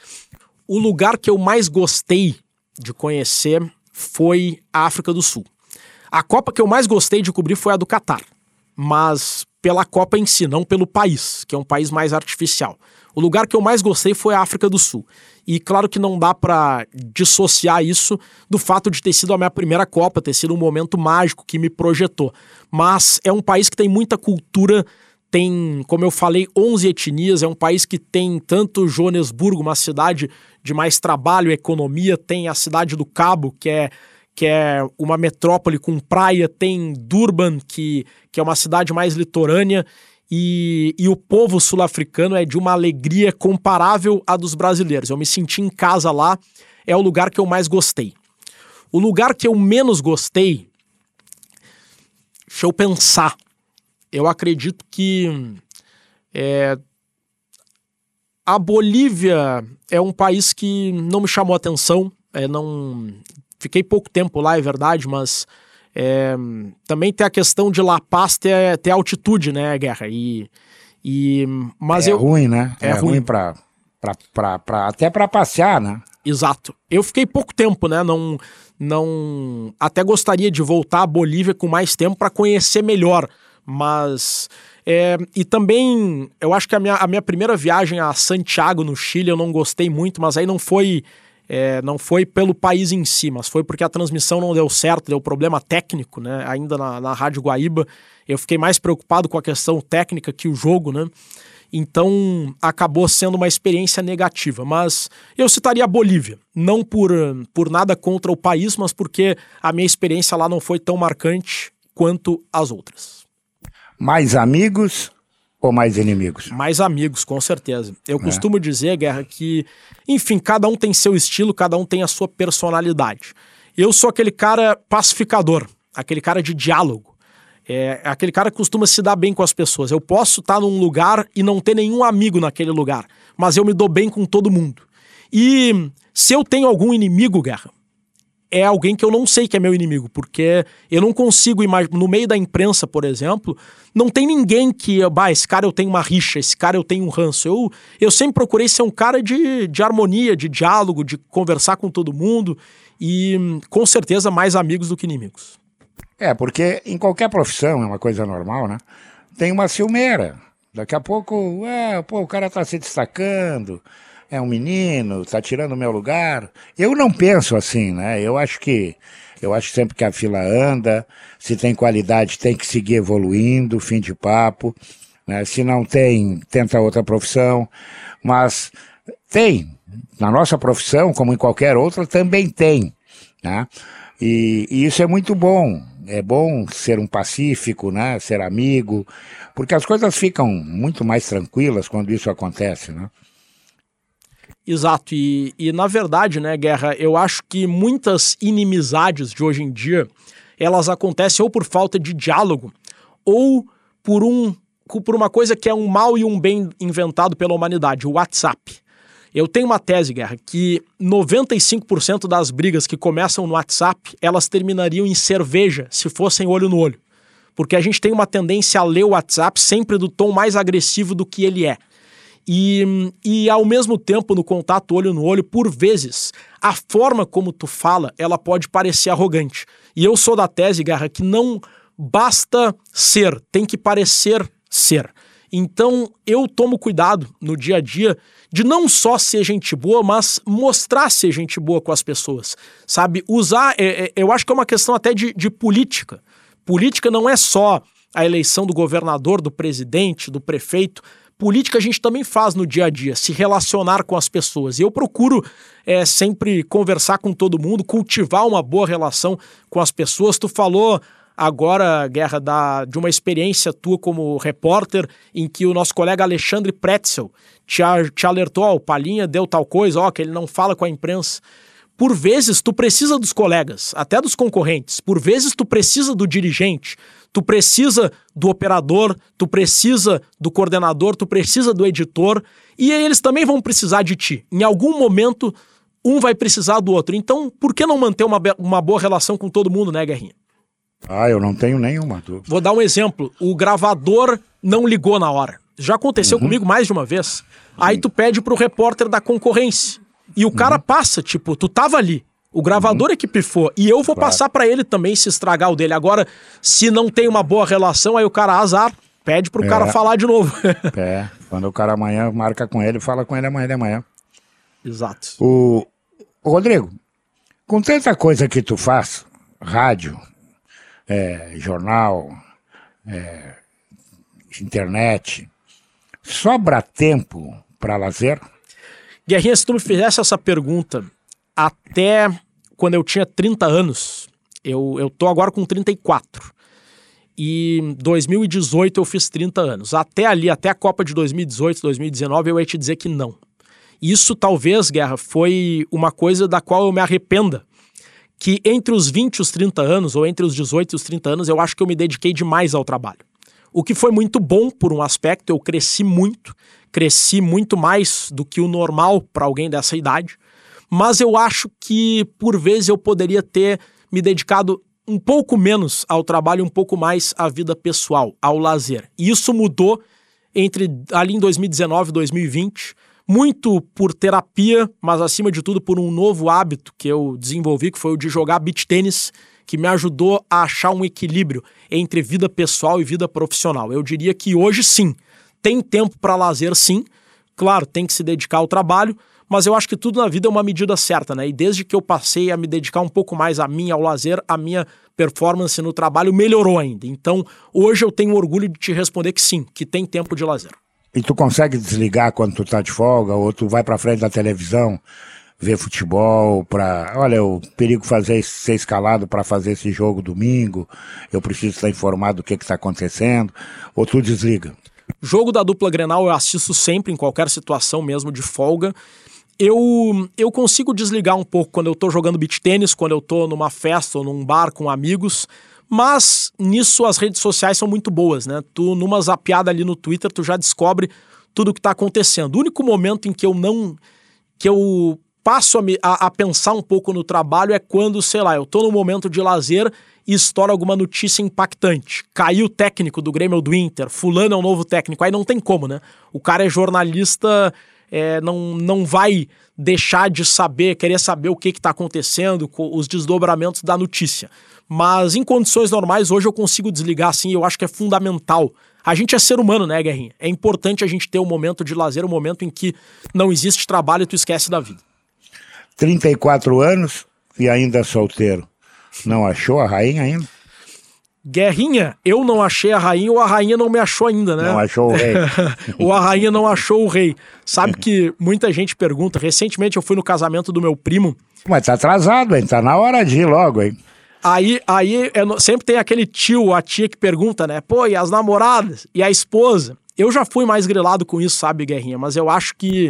O lugar que eu mais gostei de conhecer foi a África do Sul. A Copa que eu mais gostei de cobrir foi a do Catar, mas pela Copa em si, não pelo país, que é um país mais artificial. O lugar que eu mais gostei foi a África do Sul. E claro que não dá para dissociar isso do fato de ter sido a minha primeira Copa, ter sido um momento mágico que me projetou. Mas é um país que tem muita cultura, tem, como eu falei, 11 etnias, é um país que tem tanto Joanesburgo, uma cidade de mais trabalho e economia, tem a cidade do Cabo, que é uma metrópole com praia, tem Durban, que é uma cidade mais litorânea, e o povo sul-africano é de uma alegria comparável à dos brasileiros. Eu me senti em casa lá, é o lugar que eu mais gostei. O lugar que eu menos gostei, deixa eu pensar. Eu acredito que a Bolívia é um país que não me chamou atenção. Fiquei pouco tempo lá, é verdade, mas também tem a questão de La Paz ter altitude, né, Guerra? Mas ruim, né? É ruim até para passear, né? Exato. Eu fiquei pouco tempo, né? Até gostaria de voltar à Bolívia com mais tempo para conhecer melhor, mas e também eu acho que a minha primeira viagem a Santiago, no Chile, eu não gostei muito, mas aí não foi pelo país em si, mas foi porque a transmissão não deu certo, deu problema técnico, né? Ainda na Rádio Guaíba, eu fiquei mais preocupado com a questão técnica que o jogo, né? Então acabou sendo uma experiência negativa, mas eu citaria a Bolívia, não por nada contra o país, mas porque a minha experiência lá não foi tão marcante quanto as outras. Mais amigos ou mais inimigos? Mais amigos, com certeza. Eu costumo dizer, Guerra, que, enfim, cada um tem seu estilo, cada um tem a sua personalidade. Eu sou aquele cara pacificador, aquele cara de diálogo. Aquele cara que costuma se dar bem com as pessoas. Eu posso estar num lugar e não ter nenhum amigo naquele lugar, mas eu me dou bem com todo mundo. E se eu tenho algum inimigo, Guerra, é alguém que eu não sei que é meu inimigo, porque eu não consigo imaginar. No meio da imprensa, por exemplo, não tem ninguém que, esse cara eu tenho uma rixa, esse cara eu tenho um ranço. Eu sempre procurei ser um cara de harmonia, de diálogo, de conversar com todo mundo e, com certeza, mais amigos do que inimigos. Porque em qualquer profissão, é uma coisa normal, né? Tem uma ciumeira. Daqui a pouco, o cara tá se destacando, é um menino, tá tirando o meu lugar. Eu não penso assim, né? Eu acho sempre que a fila anda, se tem qualidade tem que seguir evoluindo, fim de papo, né? Se não tem, tenta outra profissão, mas tem. Na nossa profissão, como em qualquer outra, também tem, né? E isso é muito bom. É bom ser um pacífico, né? Ser amigo, porque as coisas ficam muito mais tranquilas quando isso acontece, né? Exato, e na verdade, né, Guerra, eu acho que muitas inimizades de hoje em dia, elas acontecem ou por falta de diálogo, ou por uma coisa que é um mal e um bem inventado pela humanidade, o WhatsApp. Eu tenho uma tese, Guerra, que 95% das brigas que começam no WhatsApp, elas terminariam em cerveja, se fossem olho no olho. Porque a gente tem uma tendência a ler o WhatsApp sempre do tom mais agressivo do que ele é. E ao mesmo tempo, no contato olho no olho, por vezes, a forma como tu fala, ela pode parecer arrogante. E eu sou da tese, Guerra, que não basta ser, tem que parecer ser. Então, eu tomo cuidado no dia a dia de não só ser gente boa, mas mostrar ser gente boa com as pessoas, sabe? Eu acho que é uma questão até de política. Política não é só a eleição do governador, do presidente, do prefeito. Política a gente também faz no dia a dia, se relacionar com as pessoas. E eu procuro sempre conversar com todo mundo, cultivar uma boa relação com as pessoas. Tu falou agora, Guerra, de uma experiência tua como repórter, em que o nosso colega Alexandre Pretzel te alertou, o Palhinha deu tal coisa, que ele não fala com a imprensa. Por vezes tu precisa dos colegas, até dos concorrentes. Por vezes tu precisa do dirigente, tu precisa do operador, tu precisa do coordenador, tu precisa do editor, e eles também vão precisar de ti. Em algum momento, um vai precisar do outro. Então, por que não manter uma boa relação com todo mundo, né, Guerrinha? Eu não tenho nenhuma dúvida. Vou dar um exemplo. O gravador não ligou na hora. Já aconteceu comigo mais de uma vez. Aí tu pede pro repórter da concorrência. E o cara passa, tu tava ali. O gravador é que pifou. E eu vou passar pra ele também se estragar o dele. Agora, se não tem uma boa relação, aí o cara azar, pede pro cara falar de novo. Quando o cara amanhã marca com ele, fala com ele amanhã de manhã. Exato. O Rodrigo, com tanta coisa que tu faz, rádio, jornal, internet, sobra tempo para lazer? Guerrinha, se tu me fizesse essa pergunta até quando eu tinha 30 anos, eu tô agora com 34. E em 2018 eu fiz 30 anos. Até ali, até a Copa de 2018, 2019, eu ia te dizer que não. Isso talvez, Guerra, foi uma coisa da qual eu me arrependa. Que entre os 20 e os 30 anos, ou entre os 18 e os 30 anos, eu acho que eu me dediquei demais ao trabalho. O que foi muito bom por um aspecto, eu cresci muito mais do que o normal para alguém dessa idade, mas eu acho que por vezes eu poderia ter me dedicado um pouco menos ao trabalho, um pouco mais à vida pessoal, ao lazer. E isso mudou ali em 2019 e 2020, muito por terapia, mas acima de tudo por um novo hábito que eu desenvolvi, que foi o de jogar beach tênis, que me ajudou a achar um equilíbrio entre vida pessoal e vida profissional. Eu diria que hoje sim, tem tempo para lazer sim, claro, tem que se dedicar ao trabalho, mas eu acho que tudo na vida é uma medida certa, né? E desde que eu passei a me dedicar um pouco mais a mim, ao lazer, a minha performance no trabalho melhorou ainda. Então, hoje eu tenho orgulho de te responder que sim, que tem tempo de lazer. E tu consegue desligar quando tu tá de folga, ou tu vai pra frente da televisão, ver futebol, olha, eu perigo ser escalado para fazer esse jogo domingo, eu preciso estar informado do que tá acontecendo, ou tu desliga? Jogo da dupla Grenal eu assisto sempre, em qualquer situação, mesmo de folga. Eu consigo desligar um pouco quando eu tô jogando beach tênis, quando eu tô numa festa ou num bar com amigos, mas nisso as redes sociais são muito boas, né? Tu, numa zapeada ali no Twitter, tu já descobre tudo o que tá acontecendo. O único momento em que eu passo a pensar um pouco no trabalho é quando, sei lá, eu tô num momento de lazer e estoura alguma notícia impactante. Caiu o técnico do Grêmio ou do Inter, fulano é um novo técnico, aí não tem como, né? O cara é jornalista, não vai deixar de querer saber o que está acontecendo, os desdobramentos da notícia. Mas em condições normais, hoje eu consigo desligar assim, eu acho que é fundamental. A gente é ser humano, né, Guerrinha? É importante a gente ter um momento de lazer, um momento em que não existe trabalho e tu esquece da vida. 34 anos e ainda solteiro. Não achou a rainha ainda? Guerrinha, eu não achei a rainha ou a rainha não me achou ainda, né? Não achou o rei. Ou a rainha não achou o rei. Sabe que muita gente pergunta, recentemente eu fui no casamento do meu primo. Mas tá atrasado, hein? Tá na hora de ir logo, hein? Aí sempre tem aquele tio, a tia que pergunta, né? Pô, e as namoradas? E a esposa? Eu já fui mais grilado com isso, sabe, Guerrinha? Mas eu acho que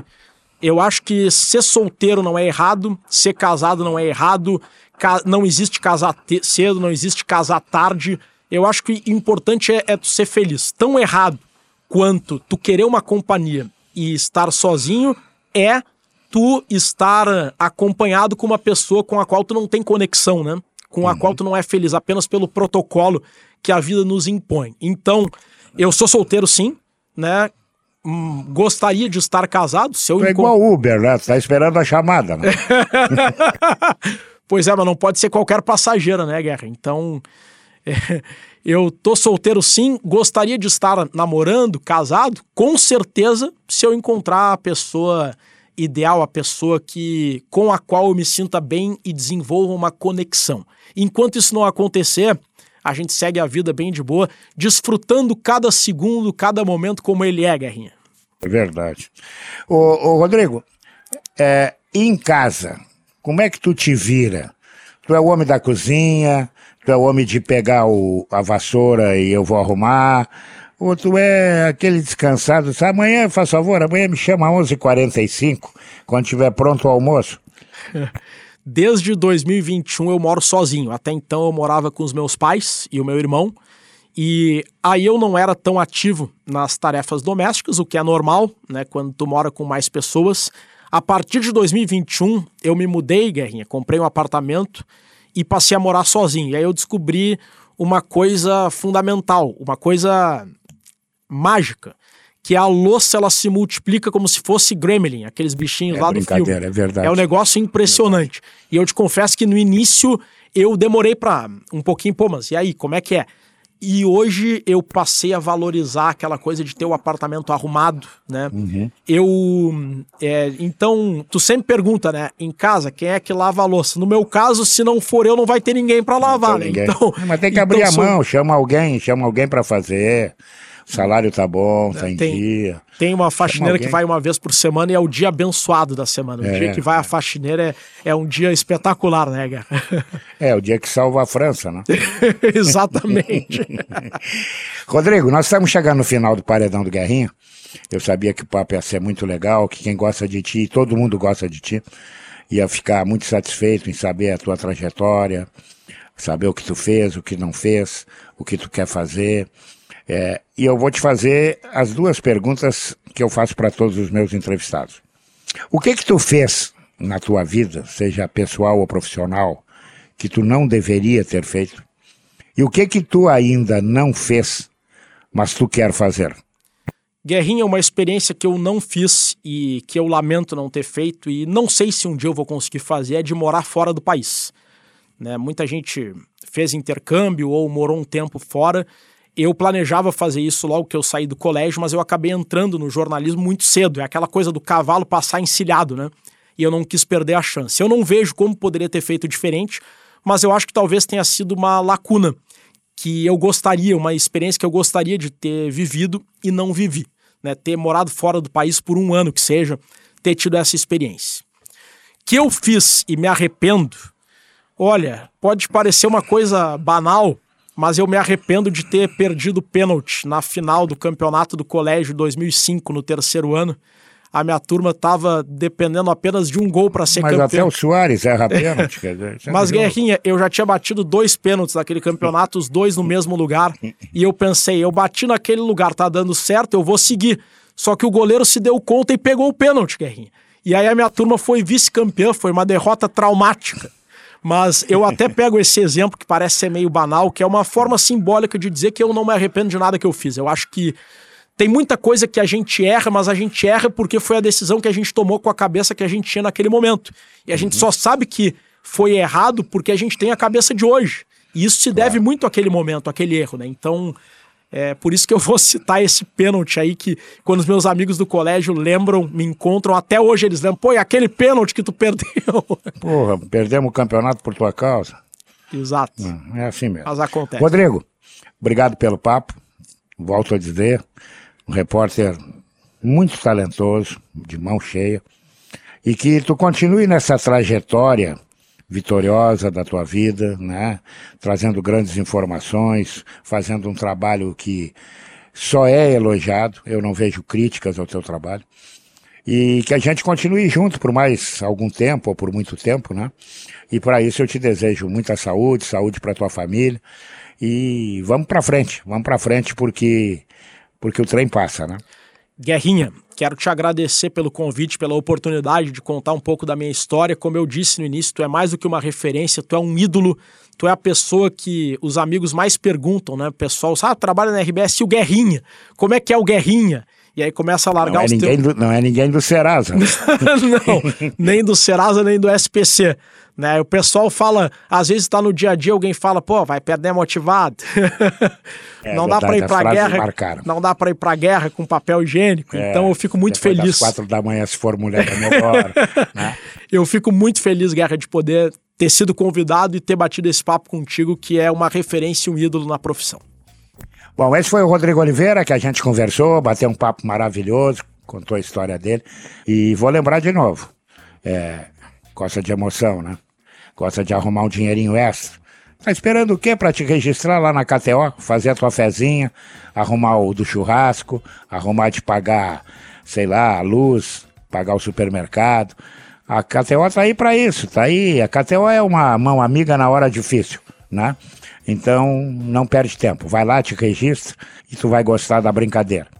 ser solteiro não é errado, ser casado não é errado, não existe casar cedo, não existe casar tarde. Eu acho que o importante é tu ser feliz. Tão errado quanto tu querer uma companhia e estar sozinho é tu estar acompanhado com uma pessoa com a qual tu não tem conexão, né? Com a qual tu não é feliz, apenas pelo protocolo que a vida nos impõe. Então, eu sou solteiro sim, né? Gostaria de estar casado. Se eu é igual Uber, né? Tá esperando a chamada, né? Pois é, mas não pode ser qualquer passageira, né, Guerra? Então, eu tô solteiro sim, gostaria de estar namorando, casado, com certeza, se eu encontrar a pessoa ideal, a pessoa com a qual eu me sinta bem e desenvolva uma conexão. Enquanto isso não acontecer, a gente segue a vida bem de boa, desfrutando cada segundo, cada momento como ele é, Guerrinha. É verdade. Ô Rodrigo, em casa, como é que tu te vira? Tu é o homem da cozinha, tu é o homem de pegar a vassoura e eu vou arrumar, ou tu é aquele descansado, sabe? Amanhã, faz favor, amanhã me chama às 11h45, quando tiver pronto o almoço. Desde 2021 eu moro sozinho. Até então eu morava com os meus pais e o meu irmão. E aí eu não era tão ativo nas tarefas domésticas, o que é normal, né? Quando tu mora com mais pessoas. A partir de 2021 eu me mudei, Guerrinha, comprei um apartamento e passei a morar sozinho. E aí eu descobri uma coisa fundamental, uma coisa mágica, que a louça ela se multiplica como se fosse Gremlin, aqueles bichinhos lá do filme. É verdade. É um negócio impressionante. E eu te confesso que no início eu demorei pra um pouquinho, mas e aí, como é que é? E hoje eu passei a valorizar aquela coisa de ter o apartamento arrumado, né? Uhum. Então, tu sempre pergunta, né? Em casa, quem é que lava a louça? No meu caso, se não for eu, não vai ter ninguém pra lavar, né? Então, mas tem que abrir a mão, chama alguém pra fazer. salário tá bom, tá em dia. Tem uma faxineira que vai uma vez por semana e é o dia abençoado da semana. O dia que vai a faxineira é um dia espetacular, né, Guerra? É, o dia que salva a França, né? Exatamente. Rodrigo, nós estamos chegando no final do Paredão do Guerrinha. Eu sabia que o papo ia ser muito legal, que quem gosta de ti, todo mundo gosta de ti, ia ficar muito satisfeito em saber a tua trajetória, saber o que tu fez, o que não fez, o que tu quer fazer. E eu vou te fazer as duas perguntas que eu faço para todos os meus entrevistados. O que tu fez na tua vida, seja pessoal ou profissional, que tu não deveria ter feito? E o que tu ainda não fez, mas tu quer fazer? Guerrinha é uma experiência que eu não fiz e que eu lamento não ter feito e não sei se um dia eu vou conseguir fazer, é de morar fora do país. Né? Muita gente fez intercâmbio ou morou um tempo fora. Eu planejava fazer isso logo que eu saí do colégio, mas eu acabei entrando no jornalismo muito cedo. É aquela coisa do cavalo passar encilhado, né? E eu não quis perder a chance. Eu não vejo como poderia ter feito diferente, mas eu acho que talvez tenha sido uma lacuna que eu gostaria, uma experiência que eu gostaria de ter vivido e não vivi. Né, ter morado fora do país por um ano que seja, ter tido essa experiência. Que eu fiz e me arrependo, olha, pode parecer uma coisa banal, mas eu me arrependo de ter perdido o pênalti na final do campeonato do colégio 2005, no terceiro ano. A minha turma estava dependendo apenas de um gol para ser campeão. Mas até o Soares erra pênalti. Quer dizer, mas, Guerrinha, eu já tinha batido 2 pênaltis naquele campeonato, os 2 no mesmo lugar, e eu pensei, eu bati naquele lugar, tá dando certo, eu vou seguir. Só que o goleiro se deu conta e pegou o pênalti, Guerrinha. E aí a minha turma foi vice-campeã, foi uma derrota traumática. Mas eu até pego esse exemplo que parece ser meio banal, que é uma forma simbólica de dizer que eu não me arrependo de nada que eu fiz. Eu acho que tem muita coisa que a gente erra, mas a gente erra porque foi a decisão que a gente tomou com a cabeça que a gente tinha naquele momento. E a gente só sabe que foi errado porque a gente tem a cabeça de hoje. E isso se deve muito àquele momento, àquele erro, né? Então, é por isso que eu vou citar esse pênalti aí que quando os meus amigos do colégio lembram, me encontram, até hoje eles lembram, pô, e aquele pênalti que tu perdeu? Porra, perdemos o campeonato por tua causa. Exato. É assim mesmo. Mas acontece. Rodrigo, obrigado pelo papo. Volto a dizer, um repórter muito talentoso, de mão cheia, e que tu continue nessa trajetória vitoriosa da tua vida, né? Trazendo grandes informações, fazendo um trabalho que só é elogiado, eu não vejo críticas ao teu trabalho, e que a gente continue junto por mais algum tempo, ou por muito tempo, né? E para isso eu te desejo muita saúde, saúde para tua família, e vamos para frente porque o trem passa, né? Guerrinha, quero te agradecer pelo convite, pela oportunidade de contar um pouco da minha história. Como eu disse no início, tu é mais do que uma referência, tu é um ídolo, tu é a pessoa que os amigos mais perguntam, né? O pessoal, trabalha na RBS, e o Guerrinha? Como é que é o Guerrinha? E aí começa a largar Não é ninguém do Serasa. Não, nem do Serasa, nem do SPC. Né? O pessoal fala, às vezes tá no dia a dia, alguém fala, pô, vai perder motivado. Não dá para ir pra guerra. Não dá para ir pra guerra com papel higiênico. Então eu fico muito feliz. Às 4 da manhã, se for mulher, é melhor. Né? Eu fico muito feliz, Guerra, de poder ter sido convidado e ter batido esse papo contigo, que é uma referência e um ídolo na profissão. Bom, esse foi o Rodrigo Oliveira, que a gente conversou, bateu um papo maravilhoso, contou a história dele. E vou lembrar de novo, gosta de emoção, né? Gosta de arrumar um dinheirinho extra. Tá esperando o quê para te registrar lá na KTO? Fazer a tua fezinha, arrumar o do churrasco, arrumar de pagar, sei lá, a luz, pagar o supermercado. A KTO tá aí para isso, tá aí. A KTO é uma mão amiga na hora difícil, né? Então, não perde tempo. Vai lá, te registra e tu vai gostar da brincadeira.